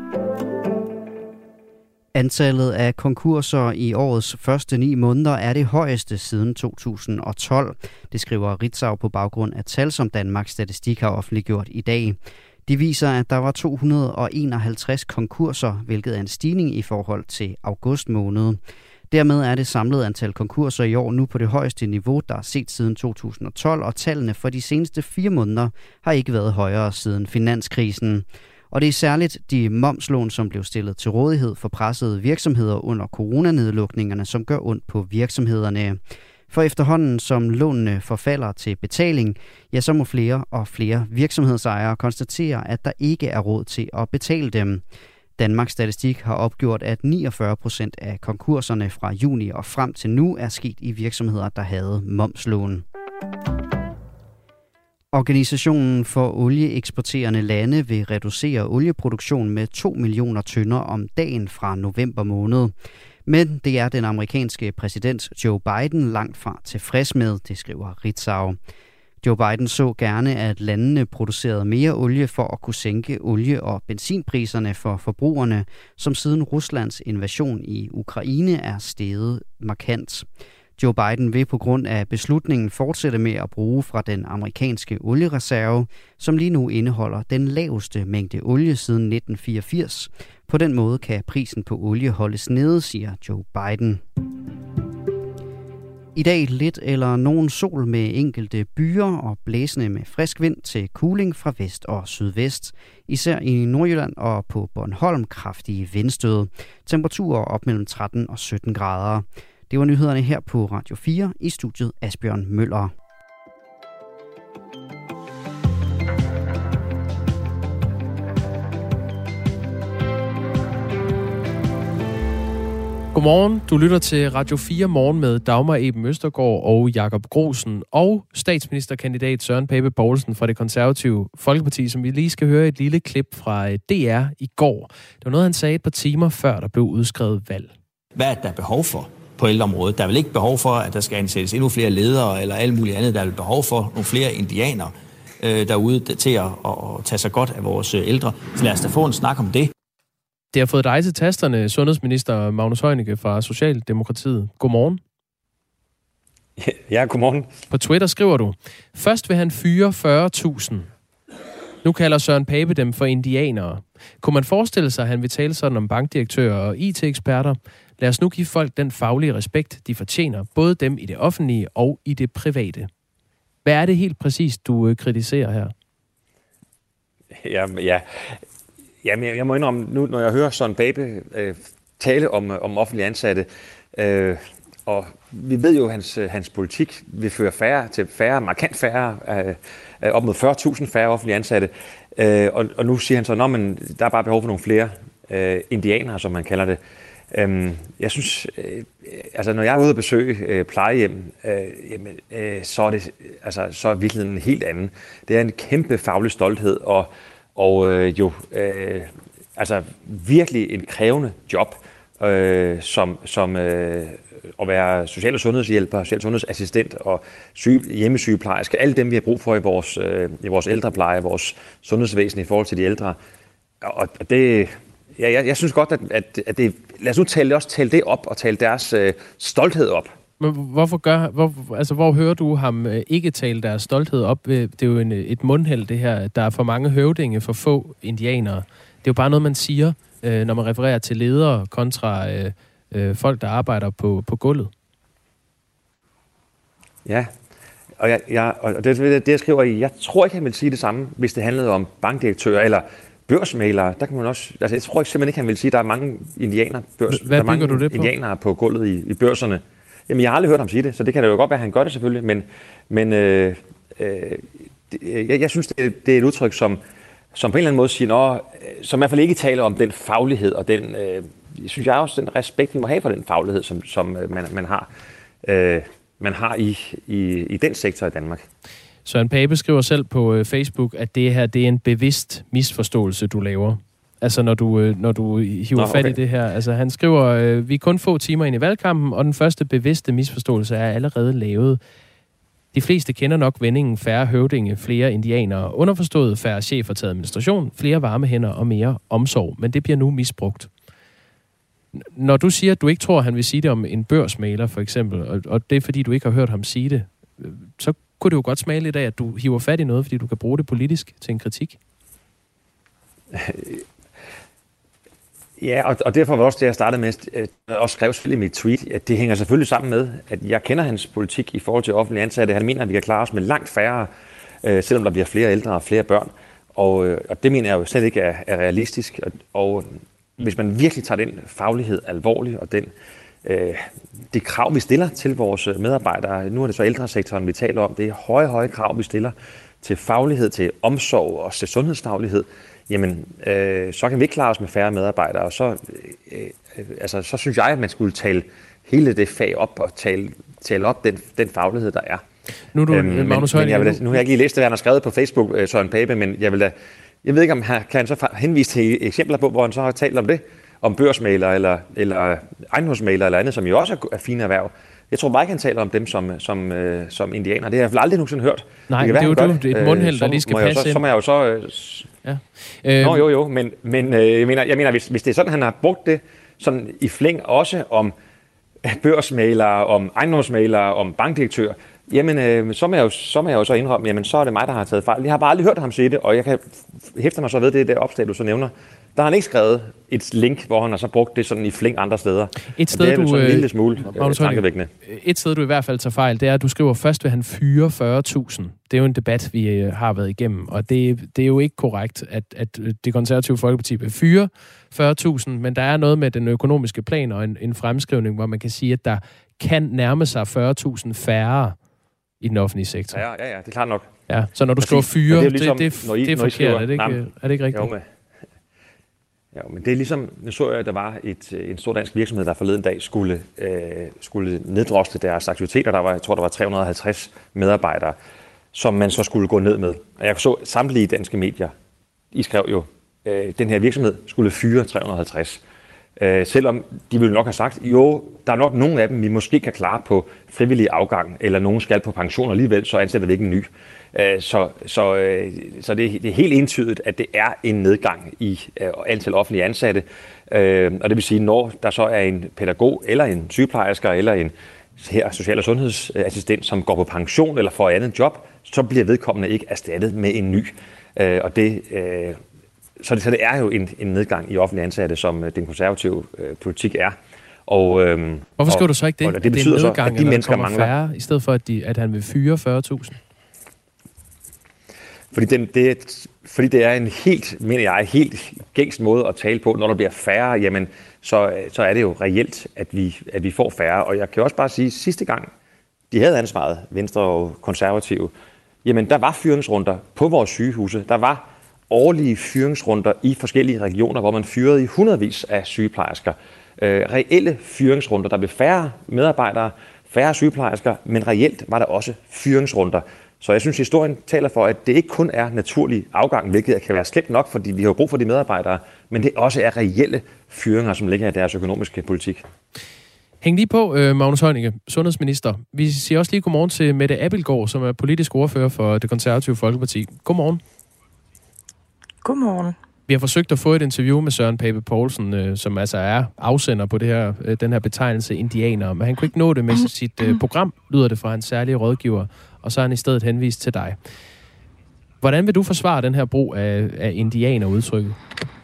Antallet af konkurser i årets første ni måneder er det højeste siden to tusind og tolv. Det skriver Ritzau på baggrund af tal, som Danmarks Statistik har offentliggjort i dag. De viser, at der var to hundrede og enoghalvtreds konkurser, hvilket er en stigning i forhold til august måned. Dermed er det samlede antal konkurser i år nu på det højeste niveau, der er set siden to tusind og tolv, og tallene for de seneste fire måneder har ikke været højere siden finanskrisen. Og det er særligt de momslån, som blev stillet til rådighed for pressede virksomheder under coronanedlukningerne, som gør ondt på virksomhederne. For efterhånden, som lånene forfalder til betaling, ja, så må flere og flere virksomhedsejere konstatere, at der ikke er råd til at betale dem. Danmarks Statistik har opgjort, at niogfyrre procent af konkurserne fra juni og frem til nu er sket i virksomheder, der havde momslån. Organisationen for olieeksporterende lande vil reducere olieproduktionen med to millioner tønder om dagen fra november måned. Men det er den amerikanske præsident Joe Biden langt fra tilfreds med, det skriver Ritzau. Joe Biden så gerne, at landene producerede mere olie for at kunne sænke olie- og benzinpriserne for forbrugerne, som siden Ruslands invasion i Ukraine er steget markant. Joe Biden vil på grund af beslutningen fortsætte med at bruge fra den amerikanske oliereserve, som lige nu indeholder den laveste mængde olie siden nitten fireogfirs. På den måde kan prisen på olie holdes nede, siger Joe Biden. I dag lidt eller nogen sol med enkelte byer og blæsende med frisk vind til kuling fra vest og sydvest. Især i Nordjylland og på Bornholm kraftige vindstød. Temperaturer op mellem tretten og sytten grader. Det var nyhederne her på Radio fire, i studiet Asbjørn Møller. Godmorgen. Du lytter til Radio fire Morgen med Dagmar Eben Østergaard og Jakob Grosen og statsministerkandidat Søren Pape Poulsen fra Det Konservative Folkeparti, som vi lige skal høre et lille klip fra D R i går. Det var noget, han sagde et par timer før der blev udskrevet valg. Hvad er der behov for på ældreområdet? Der er vel ikke behov for, at der skal ansættes endnu flere ledere eller alt muligt andet. Der er vel behov for nogle flere indianere øh, derude til at, at tage sig godt af vores ældre. Så lad os da få en snak om det. Det har fået dig til tasterne, sundhedsminister Magnus Heunicke fra Socialdemokratiet. Godmorgen. Ja, godmorgen. På Twitter skriver du, først vil han fyre fyrre tusind. Nu kalder Søren Pape dem for indianere. Kunne man forestille sig, at han vil tale sådan om bankdirektører og I T-eksperter? Lad os nu give folk den faglige respekt, de fortjener, både dem i det offentlige og i det private. Hvad er det helt præcis, du øh, kritiserer her? Ja, ja. Jamen, jeg, jeg må indrømme, nu når jeg hører Søren Pape øh, tale om, om offentlige ansatte, øh, og vi ved jo, at hans, hans politik vil føre færre til færre, markant færre, øh, op mod fyrre tusind færre offentlige ansatte, øh, og, og nu siger han så, at der er bare behov for nogle flere øh, indianere, som man kalder det. Øh, jeg synes, øh, altså når jeg er ude at besøge øh, plejehjem, øh, jamen, øh, så er det altså, så er virkeligheden en helt anden. Det er en kæmpe faglig stolthed, og Og øh, jo, øh, altså virkelig en krævende job, øh, som, som øh, at være social- og sundhedshjælper, social- og sundhedsassistent og syge, hjemmesygeplejerske, alle dem vi har brug for i vores, øh, i vores ældrepleje, vores sundhedsvæsen i forhold til de ældre. Og det, ja, jeg, jeg synes godt, at, at, at det, lad os nu tale, også tale det op og tale deres øh, stolthed op. Men hvorfor gør, hvor, altså, hvor hører du ham øh, ikke tale deres stolthed op? Det er jo en, et mundheld, det her. Der er for mange høvdinge, for få indianere. Det er jo bare noget, man siger, øh, når man refererer til ledere kontra øh, øh, folk, der arbejder på, på gulvet. Ja, og, jeg, jeg, og det, det, jeg skriver i, jeg tror ikke, han vil sige det samme, hvis det handlede om bankdirektører eller børsmælere. Der kan man også, altså jeg tror ikke simpelthen ikke, han vil sige, at der er mange indianer, børs, Hvad der er mange du det på? indianere på gulvet i, i børserne. Jamen, jeg har aldrig hørt ham sige det, så det kan det jo godt være, at han gør det selvfølgelig, men, men øh, øh, jeg, jeg synes, det, det er et udtryk, som, som på en eller anden måde siger, nå, som i hvert fald ikke taler om den faglighed, og den, øh, jeg synes jeg også, den respekt, man må have for den faglighed, som, som man, man har, øh, man har i, i, i den sektor i Danmark. Søren Pape skriver selv på Facebook, at det her det er en bevidst misforståelse, du laver. Altså, når du, når du hiver Nå, okay. fat i det her. Altså, han skriver, vi er kun få timer ind i valgkampen, og den første bevidste misforståelse er allerede lavet. De fleste kender nok vendingen færre høvdinge, flere indianere, underforstået færre chefer til administration, flere varme hænder og mere omsorg. Men det bliver nu misbrugt. Når du siger, at du ikke tror, at han vil sige det om en børsmægler, for eksempel, og, og det er, fordi du ikke har hørt ham sige det, så kunne det jo godt smage lidt af, at du hiver fat i noget, fordi du kan bruge det politisk til en kritik. Ja, og, og derfor var også det, jeg startede med, at også skrev selvfølgelig i mit tweet, at det hænger selvfølgelig sammen med, at jeg kender hans politik i forhold til offentlige ansatte. Han mener, at vi kan klare os med langt færre, øh, selvom der bliver flere ældre og flere børn. Og, øh, og det mener jeg jo slet ikke er, er realistisk. Og, og hvis man virkelig tager den faglighed alvorligt, og den, øh, det krav, vi stiller til vores medarbejdere, nu er det så ældresektoren, vi taler om, det er høje, høje krav, vi stiller til faglighed, til omsorg og til sundhedsfaglighed, jamen, øh, så kan vi ikke klare os med færre medarbejdere, og så, øh, øh, altså, så synes jeg, at man skulle tale hele det fag op og tale, tale op den, den faglighed, der er. Nu, er du, øhm, men, Magnus men jeg vil, nu har jeg ikke lige læst det, hvad han har skrevet på Facebook, øh, Søren Pape, men jeg vil da, jeg ved ikke, om han kan så henvise til eksempler på, hvor han så har talt om det, om børsmægler eller, eller ejendomsmægler eller andet, som jo også er fine erhverv. Jeg tror bare ikke, han taler om dem som, som, øh, som indianer. Det har jeg aldrig nogensinde hørt. Nej, det, det er jo det. et mundheld, der lige skal passe så, ind. Så må jeg jo så... Øh, ja. Nå, jo, jo, men, men øh, jeg mener, jeg mener hvis, hvis det er sådan, han har brugt det sådan i flæng også om børsmælere, om ejendomsmælere, om bankdirektør, jamen øh, så, må jeg jo, så må jeg jo så indrømme, jamen så er det mig, der har taget fejl. Jeg har bare aldrig hørt ham sige det, og jeg kan hæfte mig så ved det, det opslag, du så nævner. Der har han ikke skrevet et link, hvor han har så brugt det sådan i flæng andre steder. Et sted, det er du, sådan en lille smule øh, tankevækkende. Et sted, du i hvert fald tager fejl, det er, at du skriver, først vil han fyre fyrre tusind. Det er jo en debat, vi øh, har været igennem, og det, det er jo ikke korrekt, at, at det konservative Folkeparti vil fyre fyrre tusind, men der er noget med den økonomiske plan og en, en fremskrivning, hvor man kan sige, at der kan nærme sig fyrre tusind færre i den offentlige sektor. Ja, ja, ja, det er klart nok. Ja, så når du skriver fyre, det, ligesom, det, det, det er forkert, skriver, er, det ikke, er det ikke rigtigt? Jo, men, ja, men det er ligesom, nu så jeg, at der var et, en stor dansk virksomhed, der forleden dag skulle, øh, skulle neddrosle deres aktiviteter. Der var, jeg tror, der var tre hundrede og halvtreds medarbejdere, som man så skulle gå ned med. Og jeg så samtlige danske medier, I skrev jo, øh, den her virksomhed skulle fyre tre hundrede og halvtreds. Øh, selvom de ville nok have sagt, jo, der er nok nogle af dem, vi måske kan klare på frivillig afgang, eller nogen skal på pension alligevel, så ansætter vi ikke en ny. Øh, så så, øh, så det, det er helt entydigt, at det er en nedgang i øh, antal offentlige ansatte. Øh, og det vil sige, når der så er en pædagog, eller en sygeplejerske, eller en, her social- og sundhedsassistent, som går på pension eller får et andet job, så bliver vedkommende ikke erstattet med en ny. Øh, og det, øh, så, det, så det er jo en, en nedgang i offentlige ansatte, som den konservative øh, politik er. Og, øhm, Hvorfor skriver du så ikke det? Og det betyder det er en nedgang, så, at de mennesker mangler færre, i stedet for, at, de, at han vil fyre fyrre tusind? Fordi, den, det, fordi det er en helt, mener jeg, helt gængs måde at tale på. Når der bliver færre, jamen, så, så er det jo reelt, at vi, at vi får færre. Og jeg kan også bare sige, at sidste gang, de havde ansvaret, Venstre og Konservative, jamen, der var fyringsrunder på vores sygehuse. Der var årlige fyringsrunder i forskellige regioner, hvor man fyrede i hundredvis af sygeplejersker. Øh, reelle fyringsrunder. Der blev færre medarbejdere, færre sygeplejersker, men reelt var der også fyringsrunder. Så jeg synes, historien taler for, at det ikke kun er naturlig afgang, hvilket kan være slemt nok, fordi vi har brug for de medarbejdere, men det også er reelle fyringer, som ligger i deres økonomiske politik. Hæng lige på, Magnus Heunicke, sundhedsminister. Vi siger også lige godmorgen til Mette Abildgaard, som er politisk ordfører for Det Konservative Folkeparti. Godmorgen. Godmorgen. Vi har forsøgt at få et interview med Søren Pape Poulsen, øh, som altså er afsender på det her, øh, den her betegnelse indianer, men han kunne ikke nå det med sit øh, program, lyder det fra hans særlige rådgiver, og så er han i stedet henvist til dig. Hvordan vil du forsvare den her brug af, af indianerudtrykket?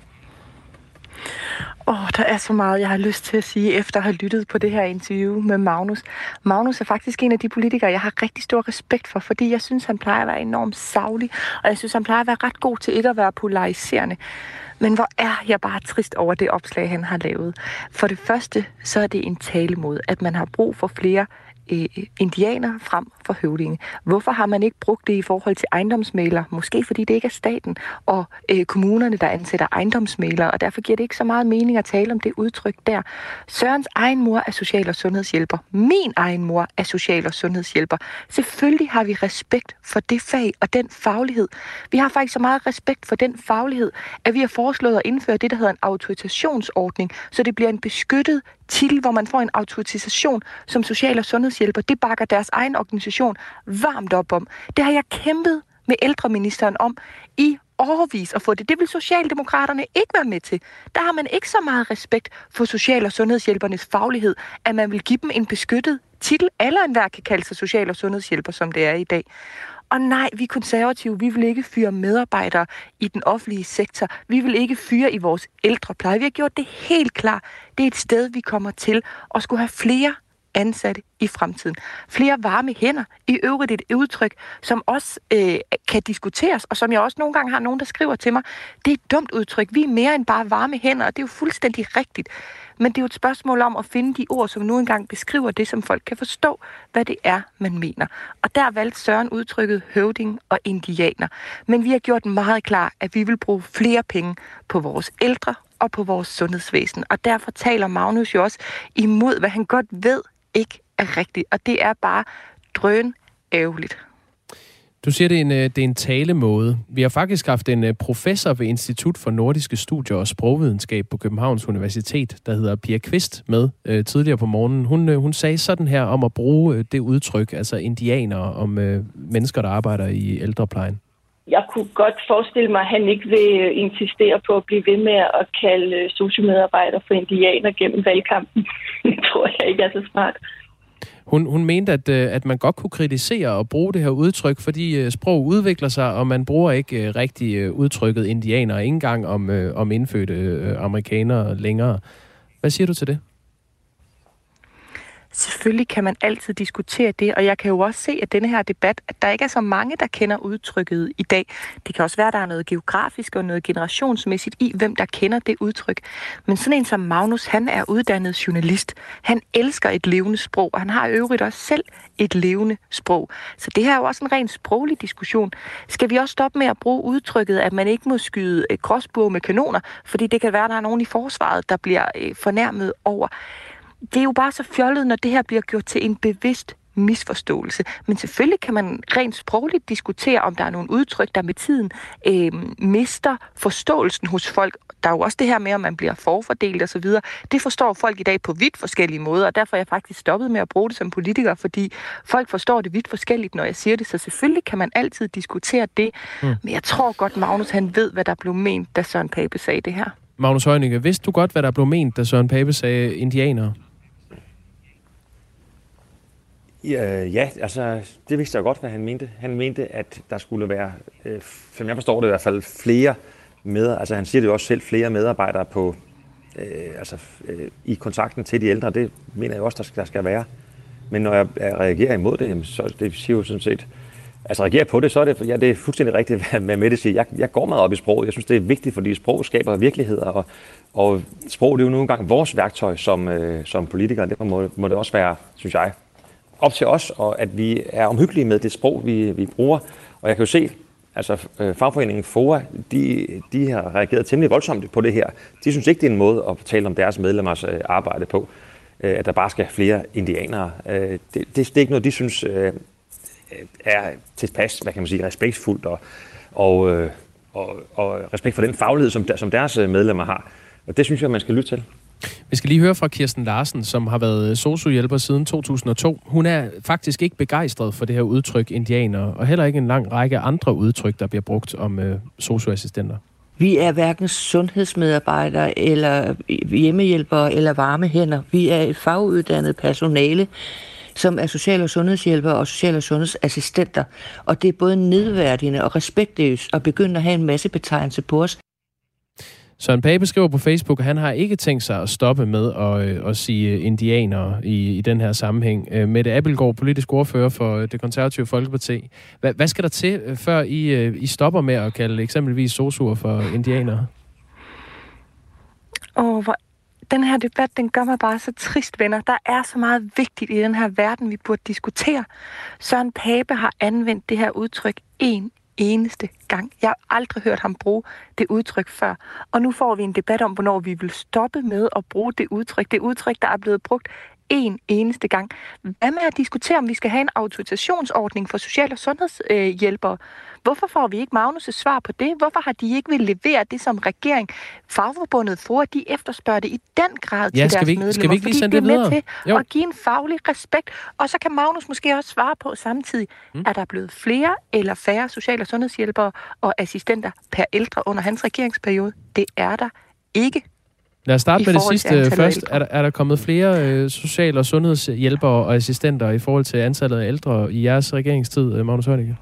Åh, oh, der er så meget, jeg har lyst til at sige, efter at have lyttet på det her interview med Magnus. Magnus er faktisk en af de politikere, jeg har rigtig stor respekt for, fordi jeg synes, han plejer at være enormt saglig, og jeg synes, han plejer at være ret god til ikke at være polariserende. Men hvor er jeg bare trist over det opslag, han har lavet. For det første, så er det en talemåde, at man har brug for flere øh, indianer frem for høvdinge. Hvorfor har man ikke brugt det i forhold til ejendomsmæglere? Måske fordi det ikke er staten og øh, kommunerne, der ansætter ejendomsmæglere, og derfor giver det ikke så meget mening at tale om det udtryk der. Sørens egen mor er social- og sundhedshjælper. Min egen mor er social- og sundhedshjælper. Selvfølgelig har vi respekt for det fag og den faglighed. Vi har faktisk så meget respekt for den faglighed, at vi har foreslået at indføre det, der hedder en autorisationsordning, så det bliver en beskyttet titel, hvor man får en autorisation som social- og sundhedshjælper. Det bakker deres egen organisation varmt op om. Det har jeg kæmpet med ældreministeren om i årevis at få det. Det vil Socialdemokraterne ikke være med til. Der har man ikke så meget respekt for social- og sundhedshjælpernes faglighed, at man vil give dem en beskyttet titel. Eller enhver kan kalde sig social- og sundhedshjælper, som det er i dag. Og nej, vi konservative, vi vil ikke fyre medarbejdere i den offentlige sektor. Vi vil ikke fyre i vores ældrepleje. Vi har gjort det helt klart. Det er et sted, vi kommer til at skulle have flere ansatte i fremtiden. Flere varme hænder, i øvrigt et udtryk, som også øh, kan diskuteres, og som jeg også nogle gange har nogen, der skriver til mig, det er et dumt udtryk. Vi er mere end bare varme hænder, og det er jo fuldstændig rigtigt. Men det er jo et spørgsmål om at finde de ord, som nu engang beskriver det, som folk kan forstå, hvad det er, man mener. Og der valgte Søren udtrykket høvding og indianer. Men vi har gjort meget klar, at vi vil bruge flere penge på vores ældre og på vores sundhedsvæsen. Og derfor taler Magnus jo også imod, hvad han godt ved ikke er rigtigt. Og det er bare drøn ærgerligt. Du siger, det er, en, det er en talemåde. Vi har faktisk haft en professor ved Institut for Nordiske Studier og Sprogvidenskab på Københavns Universitet, der hedder Pia Kvist, med øh, tidligere på morgenen. Hun, øh, hun sagde sådan her om at bruge øh, det udtryk, altså indianere, om øh, mennesker, der arbejder i ældreplejen. Jeg kunne godt forestille mig, at han ikke vil insistere på at blive ved med at kalde sociomedarbejdere for indianer gennem valgkampen. Det tror jeg ikke er så smart. Hun, hun mente, at, at man godt kunne kritisere og bruge det her udtryk, fordi sprog udvikler sig, og man bruger ikke rigtig udtrykket indianer, ikke engang om, om indfødte amerikanere længere. Hvad siger du til det? Selvfølgelig kan man altid diskutere det, og jeg kan jo også se, at denne her debat, at der ikke er så mange, der kender udtrykket i dag. Det kan også være, at der er noget geografisk og noget generationsmæssigt i, hvem der kender det udtryk. Men sådan en som Magnus, han er uddannet journalist. Han elsker et levende sprog, og han har i øvrigt også selv et levende sprog. Så det her er jo også en ren sproglig diskussion. Skal vi også stoppe med at bruge udtrykket, at man ikke må skyde gråsbue med kanoner, fordi det kan være, at der er nogen i forsvaret, der bliver fornærmet over. Det er jo bare så fjollet, når det her bliver gjort til en bevidst misforståelse. Men selvfølgelig kan man rent sprogligt diskutere, om der er nogle udtryk, der med tiden øh, mister forståelsen hos folk. Der er jo også det her med, at man bliver forfordelt osv. Det forstår folk i dag på vidt forskellige måder, og derfor er jeg faktisk stoppet med at bruge det som politiker, fordi folk forstår det vidt forskelligt, når jeg siger det. Så selvfølgelig kan man altid diskutere det. Mm. Men jeg tror godt, Magnus han ved, hvad der blev ment, da Søren Pape sagde det her. Magnus Heunicke, vidste du godt, hvad der blev ment, da Søren Pape sagde indianer? Ja, ja, altså det vidste jeg godt, hvad han mente. Han mente, at der skulle være, øh, som jeg forstår det i hvert fald, flere med, altså han siger det jo også selv, flere medarbejdere på, øh, altså øh, i kontakten til de ældre. Det mener jeg også, der skal, der skal være. Men når jeg, jeg reagerer imod det, jamen, så det siger jo sådan set, altså reagerer på det, så er det, ja, det er fuldstændig rigtigt, hvad Mette siger. Jeg, jeg går meget op i sproget. Jeg synes, det er vigtigt, fordi sprog skaber virkeligheder, og, og sprog det er jo nogle gange vores værktøj som, øh, som politikere. Derfor må, må det også være, synes jeg, op til os, og at vi er omhyggelige med det sprog, vi, vi bruger. Og jeg kan jo se, altså øh, fagforeningen FOA, de, de har reageret temmelig voldsomt på det her. De synes ikke, det er en måde at tale om deres medlemmers øh, arbejde på, øh, at der bare skal flere indianere. Øh, det, det, det er ikke noget, de synes øh, er tilpas, hvad kan man sige, respektfuldt og, og, øh, og, og respekt for den faglighed, som, der, som deres medlemmer har. Og det synes jeg, man skal lytte til. Vi skal lige høre fra Kirsten Larsen, som har været sosu-hjælper siden to tusind og to. Hun er faktisk ikke begejstret for det her udtryk indianer, og heller ikke en lang række andre udtryk, der bliver brugt om øh, sosu-assistenter. Vi er hverken sundhedsmedarbejdere, eller hjemmehjælpere, eller varme hænder. Vi er et faguddannet personale, som er social- og sundhedshjælpere og social- og sundhedsassistenter. Og det er både nedværdigende og respektløst at begynde at have en masse betegnelse på os. Søren Pape skriver på Facebook, at han har ikke tænkt sig at stoppe med at, at sige indianer i, i den her sammenhæng. Mette Abildgaard, politisk ordfører for Det Konservative Folkeparti. Hvad, hvad skal der til, før I, I stopper med at kalde eksempelvis sosuer for indianere? Åh, hvor den her debat, den gør mig bare så trist, venner. Der er så meget vigtigt i den her verden, vi burde diskutere. Søren Pape har anvendt det her udtryk en eneste gang. Jeg har aldrig hørt ham bruge det udtryk før. Og nu får vi en debat om, hvornår vi vil stoppe med at bruge det udtryk. Det udtryk, der er blevet brugt en eneste gang. Hvad med at diskutere, om vi skal have en autorisationsordning for social- og sundhedshjælpere? Hvorfor får vi ikke Magnus' svar på det? Hvorfor har de ikke vil levere det som regering? Fagforbundet for, de efterspørger det i den grad ja, til deres vi, medlemmer, skal vi ikke lige fordi sende det det er videre? med til jo. at give en faglig respekt. Og så kan Magnus måske også svare på samtidig, mm. er der blevet flere eller færre social- og sundhedshjælpere og assistenter per ældre under hans regeringsperiode? Det er der ikke. Lad os starte med det sidste først. Er der, er der kommet flere øh, social- og sundhedshjælpere og assistenter i forhold til antallet af ældre i jeres regeringstid, øh, Magnus Heunicke?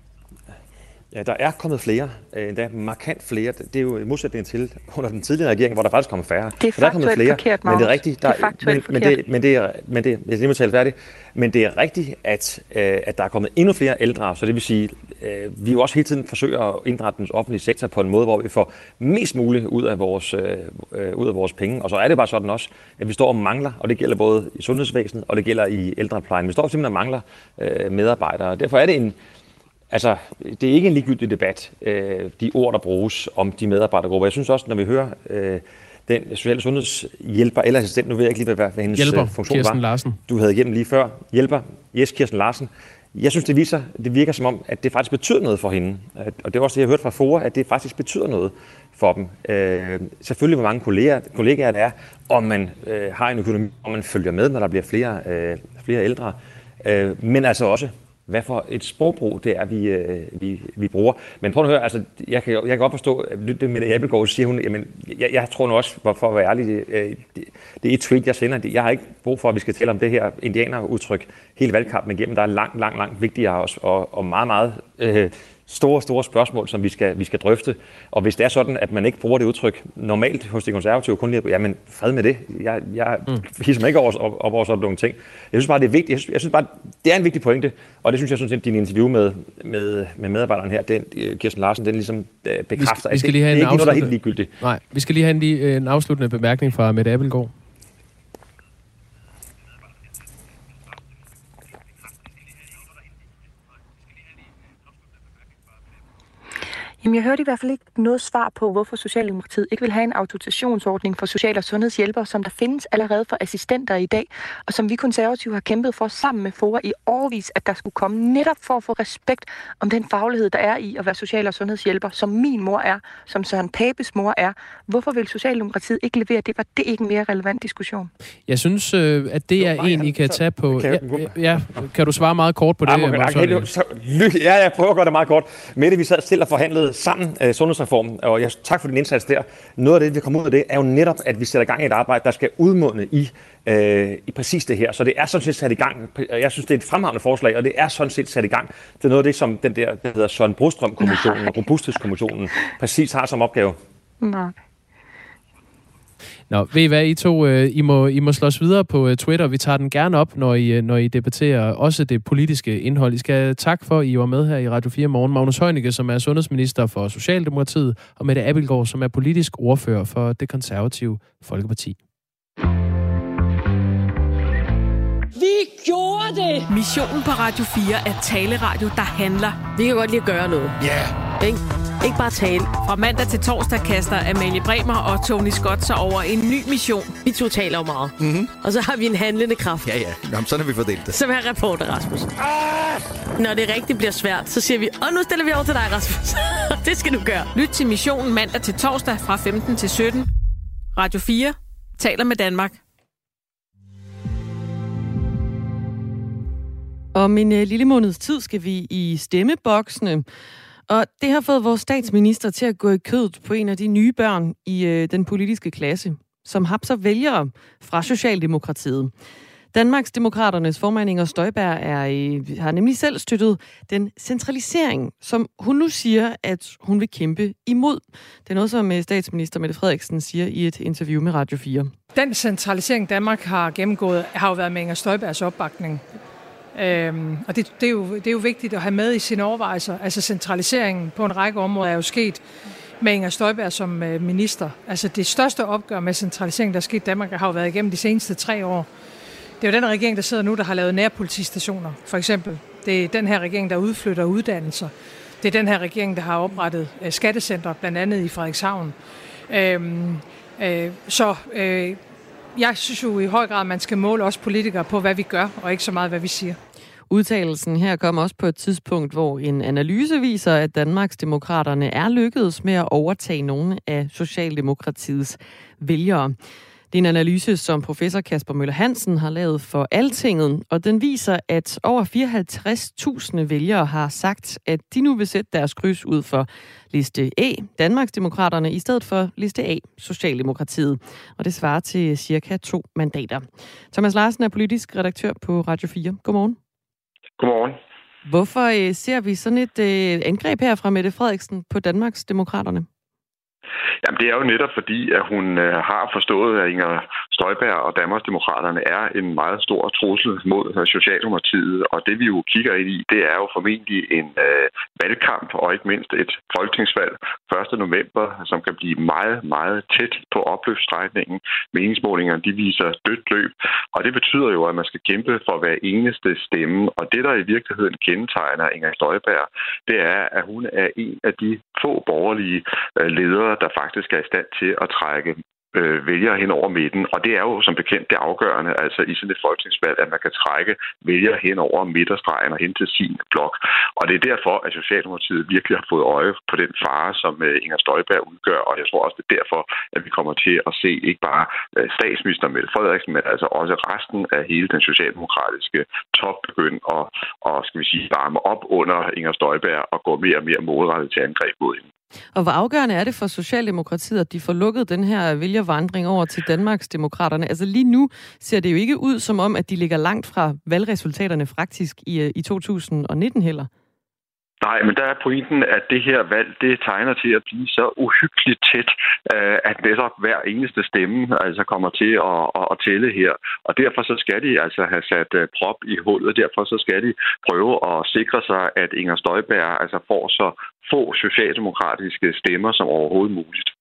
Ja, der er kommet flere, endda markant flere. Det er jo i modsætning til under den tidligere regering, hvor der faktisk kommer færre. Det er faktuelt flere, forkert, Magnus. Men det er rigtigt. Der, det er faktuelt men, men, det, men det er, men det, jeg lige må tale færdigt. Men det er rigtigt, at, at der er kommet endnu flere ældre, så det vil sige, at vi jo også hele tiden forsøger at indrette den offentlige sektor på en måde, hvor vi får mest muligt ud af vores, øh, ud af vores penge. Og så er det bare sådan også, at vi står og mangler, og det gælder både i sundhedsvæsenet, og det gælder i ældreplejen. Vi står simpelthen og mangler øh, medarbejdere. Derfor er det en Altså, det er ikke en ligegyldig debat, øh, de ord, der bruges om de medarbejdergrupper. Jeg synes også, når vi hører øh, den sociale sundhedshjælper eller assistent, nu ved jeg ikke lige, hvad, hvad hendes hjælper, funktion Kirsten var. Larsen. Du havde igennem lige før. Hjælper, yes, Kirsten Larsen. Jeg synes, det, viser, det virker som om, at det faktisk betyder noget for hende. Og det er også det, jeg har hørt fra FOA, at det faktisk betyder noget for dem. Øh, selvfølgelig, hvor mange kolleger, kollegaer der er, om man øh, har en økonomi, om man følger med, når der bliver flere, øh, flere ældre. Øh, men altså også, hvad for et sprogbrug det er, vi, øh, vi, vi bruger. Men prøv at høre, altså, jeg kan, jeg kan godt forstå, at det med Abildgaard siger hun, jamen, jeg, jeg tror nu også, for at være ærlig, det, det, det er et tweet, jeg sender. Jeg har ikke brug for, at vi skal tale om det her indianerudtryk hele valgkampen igennem. Der er langt, langt, langt vigtigere og, og, og meget, meget øh, store, store spørgsmål, som vi skal, vi skal drøfte. Og hvis det er sådan, at man ikke bruger det udtryk normalt hos de konservative, kun lige, jamen fred med det. Jeg, jeg mm. hisser mig ikke over, op, op over sådan nogle ting. Jeg synes bare, det er vigtigt. Jeg synes, jeg synes bare, det er en vigtig pointe, og det synes jeg sådan set, din interview med, med, med medarbejderen her, den, Kirsten Larsen, den ligesom øh, bekræfter. Vi skal, vi skal lige have det, det er ikke noget, der er helt ligegyldigt. Nej, vi skal lige have en, en afsluttende bemærkning fra Mette Abildgaard. Jamen, jeg hørte i hvert fald ikke noget svar på, hvorfor Socialdemokratiet ikke vil have en autorisationsordning for social- og sundhedshjælpere, som der findes allerede for assistenter i dag, og som vi konservative har kæmpet for sammen med FOA i årevis, at der skulle komme netop for at få respekt om den faglighed, der er i at være social- og sundhedshjælper, som min mor er, som Søren Papes mor er. Hvorfor vil Socialdemokratiet ikke levere det? Var det ikke en mere relevant diskussion? Jeg synes, øh, at det er en, I kan tage på... Ja, ja, kan du svare meget kort på det? Ja, okay, ja, jeg prøver at gøre det meget kort. Mette, vi sad stille og forhandlede lavet sammen øh, sundhedsreformen, og jeg, tak for din indsats der. Noget af det, vi kommer ud af det, er jo netop, at vi sætter gang i et arbejde, der skal udmunde i, øh, i præcis det her. Så det er sådan set sat i gang. Jeg synes, det er et fremragende forslag, og det er sådan set sat i gang. Det er noget af det, som den der, der hedder Søren Brostrøm-kommissionen, Robusthedskommissionen, præcis har som opgave. Nej. Nå, ved I hvad, I to, I må, I må slås videre på Twitter. Vi tager den gerne op, når I, når I debatterer også det politiske indhold. I skal tak for, at I var med her i Radio fire Morgen. Magnus Heunicke, som er sundhedsminister for Socialdemokratiet, og Mette Abildgaard, som er politisk ordfører for Det Konservative Folkeparti. Vi gjorde det! Missionen på Radio fire er taleradio, der handler. Vi kan godt lide at gøre noget. Ja. Yeah. Ikke? Ikke bare tale. Fra mandag til torsdag kaster Amalie Bremer og Tony Scott sig over en ny mission. Vi to taler jo meget. Mm-hmm. Og så har vi en handlende kraft. Ja, ja. Jamen, sådan har vi fordelt det. Som er reporter, Rasmus. Ah! Når det rigtig bliver svært, så siger vi, og nu stiller vi over til dig, Rasmus. Det skal du gøre. Lyt til missionen mandag til torsdag fra femten til sytten. Radio fire taler med Danmark. Om en uh, lille måneds tid skal vi i stemmeboksene. Og det har fået vores statsminister til at gå i kødet på en af de nye børn i øh, den politiske klasse, som hapser vælgere fra Socialdemokratiet. Danmarksdemokraternes formand Inger Støjberg er, øh, har nemlig selv støttet den centralisering, som hun nu siger, at hun vil kæmpe imod. Det er noget, som statsminister Mette Frederiksen siger i et interview med Radio fire. Den centralisering, Danmark har gennemgået, har jo været med Inger Støjbergs opbakning. Øhm, og det, det, er jo, det er jo vigtigt at have med i sine overvejelser. Altså centraliseringen på en række områder er jo sket med Inger Støjberg som øh, minister. Altså det største opgør med centralisering, der er sket i Danmark, har jo været igennem de seneste tre år. Det er jo den regering, der sidder nu, der har lavet nærpolitistationer, for eksempel. Det er den her regering, der udflytter uddannelser. Det er den her regering, der har oprettet øh, skattecenter, blandt andet i Frederikshavn. Øhm, øh, så... Øh, Jeg synes jo i høj grad, at man skal måle os politikere på, hvad vi gør, og ikke så meget, hvad vi siger. Udtalelsen her kom også på et tidspunkt, hvor en analyse viser, at Danmarksdemokraterne er lykkedes med at overtage nogle af Socialdemokratiets vælgere. Det er en analyse, som professor Kasper Møller Hansen har lavet for Altinget, og den viser, at over fireoghalvtreds tusind vælgere har sagt, at de nu vil sætte deres kryds ud for liste A, Danmarksdemokraterne, i stedet for liste A, Socialdemokratiet. Og det svarer til cirka to mandater. Thomas Larsen er politisk redaktør på Radio fire. Godmorgen. Godmorgen. Hvorfor øh, ser vi sådan et øh, angreb her fra Mette Frederiksen på Danmarksdemokraterne? Jamen, det er jo netop fordi, at hun øh, har forstået, at Inger Støjberg og Danmarksdemokraterne er en meget stor trussel mod øh, Socialdemokratiet. Og det vi jo kigger ind i, det er jo formentlig en øh, valgkamp og ikke mindst et folketingsvalg første november, som kan blive meget, meget tæt på opløbsstrækningen. Meningsmålingerne, de viser dødt løb. Og det betyder jo, at man skal kæmpe for hver eneste stemme. Og det, der i virkeligheden kendetegner Inger Støjberg, det er, at hun er en af de få borgerlige øh, ledere, der faktisk er i stand til at trække øh, vælgere hen over midten. Og det er jo som bekendt det afgørende, altså i sådan et folketingsvalg, at man kan trække vælgere hen over midterstregen og hen til sin blok. Og det er derfor, at Socialdemokratiet virkelig har fået øje på den fare, som øh, Inger Støjberg udgør. Og jeg tror også, det er derfor, at vi kommer til at se ikke bare øh, statsminister Mette Frederiksen, men altså også resten af hele den socialdemokratiske top begynde at, og, skal vi sige, varme op under Inger Støjberg og gå mere og mere målrettet til angreb mod hende. Og hvor afgørende er det for Socialdemokratiet, at de får lukket den her vælgervandring over til Danmarksdemokraterne? Altså lige nu ser det jo ikke ud som om, at de ligger langt fra valgresultaterne faktisk i, i to tusind og nitten heller. Nej, men der er pointen, at det her valg, det tegner til at blive så uhyggeligt tæt, at netop hver eneste stemme altså kommer til at, at, at tælle her. Og derfor så skal de altså have sat prop i hullet. Derfor så skal de prøve at sikre sig, at Inger Støjberg altså får så få socialdemokratiske stemmer som overhovedet muligt.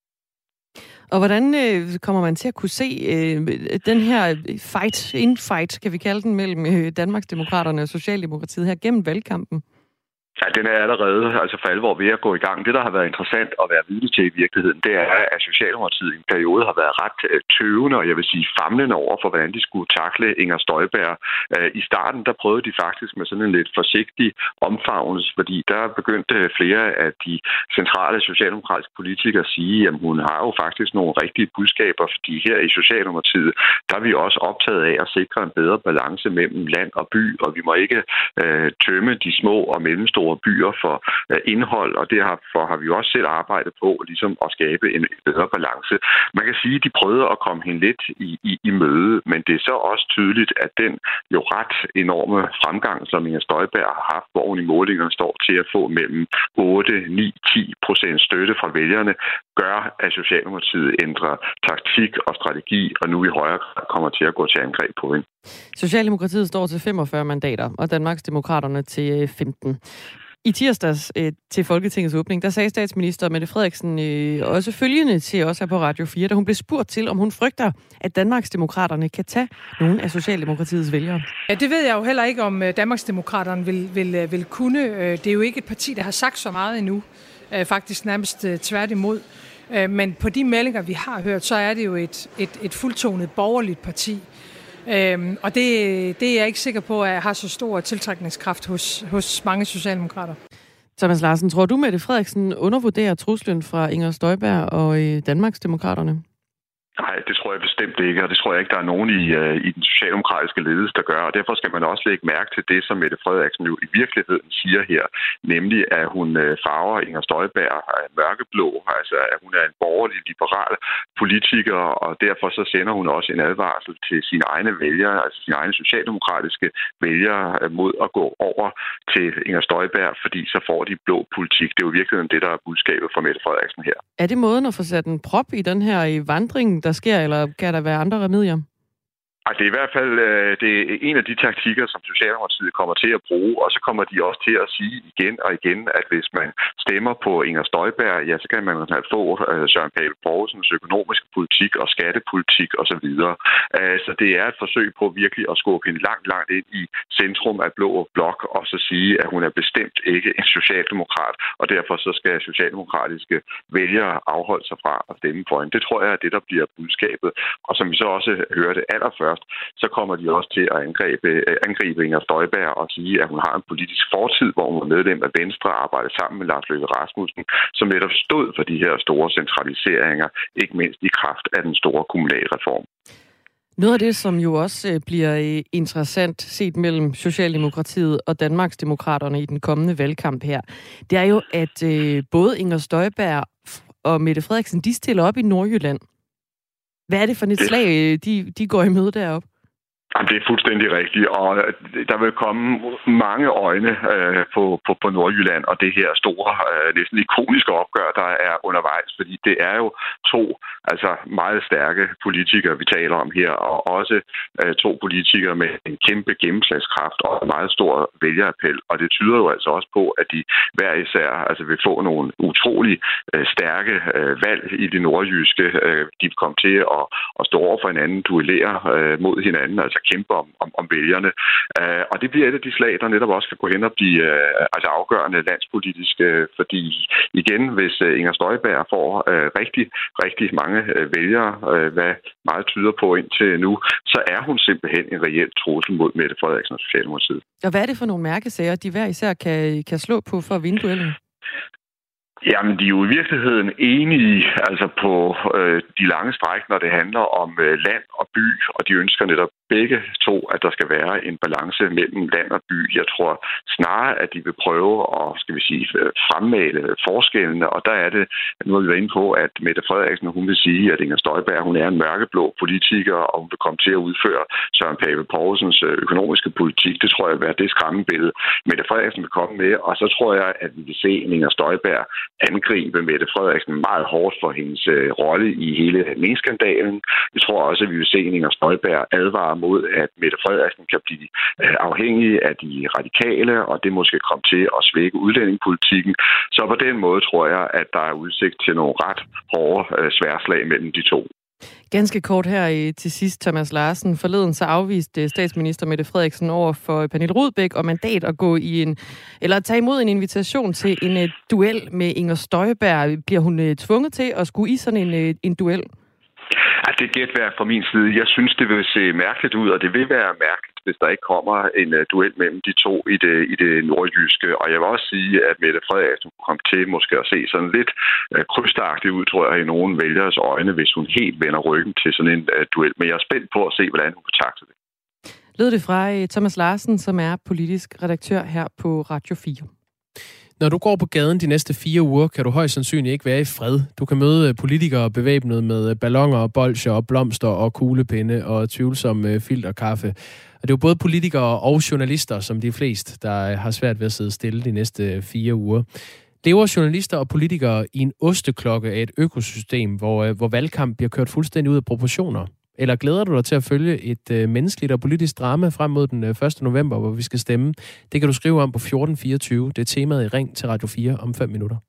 Og hvordan øh, kommer man til at kunne se øh, den her fight, infight, kan vi kalde den, mellem øh, Danmarksdemokraterne og Socialdemokratiet her gennem valgkampen? Ja, den er allerede altså for alvor ved at gå i gang. Det, der har været interessant at være vidne til i virkeligheden, det er, at Socialdemokratiet i en periode har været ret tøvende, og jeg vil sige famlende over for, hvordan de skulle takle Inger Støjberg. I starten, der prøvede de faktisk med sådan en lidt forsigtig omfavnelse, fordi der begyndte flere af de centrale socialdemokratiske politikere at sige, at hun har jo faktisk nogle rigtige budskaber, fordi her i Socialdemokratiet, der er vi også optaget af at sikre en bedre balance mellem land og by, og vi må ikke øh, tømme de små og mellemstore store byer for øh, indhold, og derfor har vi jo også selv arbejdet på ligesom at skabe en bedre balance. Man kan sige, at de prøvede at komme hende lidt i, i, i møde, men det er så også tydeligt, at den jo ret enorme fremgang, som Inger Støjberg har haft, hvor hun i målingerne står til at få mellem otte, ni, ti procent støtte fra vælgerne, gør, at Socialdemokratiet ændrer taktik og strategi, og nu i højere grad kommer til at gå til angreb på hende. Socialdemokratiet står til femogfyrre mandater, og Danmarksdemokraterne til femten. I tirsdags øh, til Folketingets åbning, der sagde statsminister Mette Frederiksen øh, også følgende til os her på Radio fire, da hun blev spurgt til, om hun frygter, at Danmarksdemokraterne kan tage nogle af Socialdemokratiets vælgere. Ja, det ved jeg jo heller ikke, om Danmarksdemokraterne vil, vil, vil kunne. Det er jo ikke et parti, der har sagt så meget endnu. Faktisk nærmest tværtimod. Men på de meldinger, vi har hørt, så er det jo et, et, et fuldtonet borgerligt parti. Øhm, og det, det er jeg ikke sikker på, at jeg har så stor tiltrækningskraft hos, hos mange socialdemokrater. Thomas Larsen, tror du, Mette Frederiksen undervurderer truslen fra Inger Støjberg og øh, Danmarksdemokraterne? Nej, det tror jeg bestemt ikke, og det tror jeg ikke, der er nogen i, uh, i den socialdemokratiske ledelse, der gør. Og derfor skal man også lægge mærke til det, som Mette Frederiksen jo i virkeligheden siger her, nemlig at hun uh, farver Inger Støjberg uh, mørkeblå, altså at hun er en borgerlig, liberal politiker, og derfor så sender hun også en advarsel til sine egne vælgere, altså sine egne socialdemokratiske vælgere, uh, mod at gå over til Inger Støjberg, fordi så får de blå politik. Det er jo i virkeligheden det, der er budskabet fra Mette Frederiksen her. Er det måden at få sat en prop i den her vandring, der sker, eller kan der være andre remedier? Det er i hvert fald øh, det er en af de taktikker, som Socialdemokratiet kommer til at bruge, og så kommer de også til at sige igen og igen, at hvis man stemmer på Inger Støjberg, ja, så kan man få øh, Søren Pape Poulsens økonomiske politik og skattepolitik osv. Øh, så det er et forsøg på virkelig at skubbe hende langt, langt ind i centrum af blå blok, og så sige, at hun er bestemt ikke en socialdemokrat, og derfor så skal socialdemokratiske vælgere afholde sig fra at stemme for hende. Det tror jeg er det, der bliver budskabet, og som vi så også hørte allerførst, så kommer de også til at angribe, angribe Inger Støjberg og sige, at hun har en politisk fortid, hvor hun var medlem af Venstre og arbejdede sammen med Lars Løkke Rasmussen, som netop stod for de her store centraliseringer, ikke mindst i kraft af den store kommunalreform. Noget af det, som jo også bliver interessant set mellem Socialdemokratiet og Danmarksdemokraterne i den kommende valgkamp her, det er jo, at både Inger Støjberg og Mette Frederiksen, de stiller op i Nordjylland. Hvad er det for et slag, de, de går i møde deroppe? Det er fuldstændig rigtigt, og der vil komme mange øjne øh, på, på, på Nordjylland, og det her store, øh, næsten ikoniske opgør, der er undervejs, fordi det er jo to altså meget stærke politikere, vi taler om her, og også øh, to politikere med en kæmpe gennemslagskraft og en meget stor vælgerappel, og det tyder jo altså også på, at de hver især altså vil få nogle utrolig øh, stærke øh, valg i det nordjyske. Øh, de vil komme til at, at stå over for hinanden, duellere øh, mod hinanden, altså kæmpe om, om, om vælgerne. Uh, og det bliver et af de slag, der netop også kan gå hen og blive uh, altså afgørende landspolitisk, uh, fordi igen, hvis uh, Inger Støjberg får uh, rigtig, rigtig mange uh, vælgere, uh, hvad meget tyder på indtil nu, så er hun simpelthen en reel trussel mod Mette Frederiksen og Socialdemokratiet. Og hvad er det for nogle mærkesager, de hver især kan, kan slå på for at vinde duellen? Jamen, de er jo i virkeligheden enige altså på øh, de lange stræk, når det handler om øh, land og by, og de ønsker netop begge to, at der skal være en balance mellem land og by. Jeg tror snarere, at de vil prøve at, skal vi sige, fremmale forskellene, og der er det, nu har vi været inde på, at Mette Frederiksen, hun vil sige, at Inger Støjberg, hun er en mørkeblå politiker, og hun vil komme til at udføre Søren Pape Poulsens økonomiske politik. Det tror jeg vil være det skræmmebillede, Mette Frederiksen vil komme med, og så tror jeg, at vi vil se en Inger Støjberg angribe Mette Frederiksen meget hårdt for hendes øh, rolle i hele minkskandalen. Jeg tror også, at vi vil se en Inger Støjberg advare mod, at Mette Frederiksen kan blive øh, afhængig af de radikale, og det måske komme til at svække udlændingepolitikken. Så på den måde tror jeg, at der er udsigt til nogle ret hårde øh, sværslag mellem de to. Ganske kort her til sidst, Thomas Larsen. Forleden så afviste statsminister Mette Frederiksen over for Pernille Rudbæk og mandat at gå i en, eller at tage imod en invitation til en uh, duel med Inger Støjberg. Bliver hun uh, tvunget til at skulle i sådan en, uh, en duel? Ja, det er gætværk fra min side. Jeg synes, det vil se mærkeligt ud, og det vil være mærkeligt, hvis der ikke kommer en uh, duel mellem de to i det, i det nordjyske. Og jeg vil også sige, at Mette Frederiksen kom til måske at se sådan lidt uh, krydstagtigt ud, tror jeg, i nogle vælgeres øjne, hvis hun helt vender ryggen til sådan en uh, duel. Men jeg er spændt på at se, hvordan hun kan takle det. Lød det fra Thomas Larsen, som er politisk redaktør her på Radio fire. Når du går på gaden de næste fire uger, kan du højst sandsynligt ikke være i fred. Du kan møde politikere bevæbnet med balloner, bolsjer og blomster og kuglepinde og tvivlsom filterkaffe. Og det er jo både politikere og journalister, som de fleste, der har svært ved at sidde stille de næste fire uger. Lever journalister og politikere i en osteklokke af et økosystem, hvor, hvor valgkamp bliver kørt fuldstændig ud af proportioner? Eller glæder du dig til at følge et øh, menneskeligt og politisk drama frem mod den øh, første november, hvor vi skal stemme? Det kan du skrive om på fjorten fireogtyve. Det er temaet i Ring til Radio fire om fem minutter.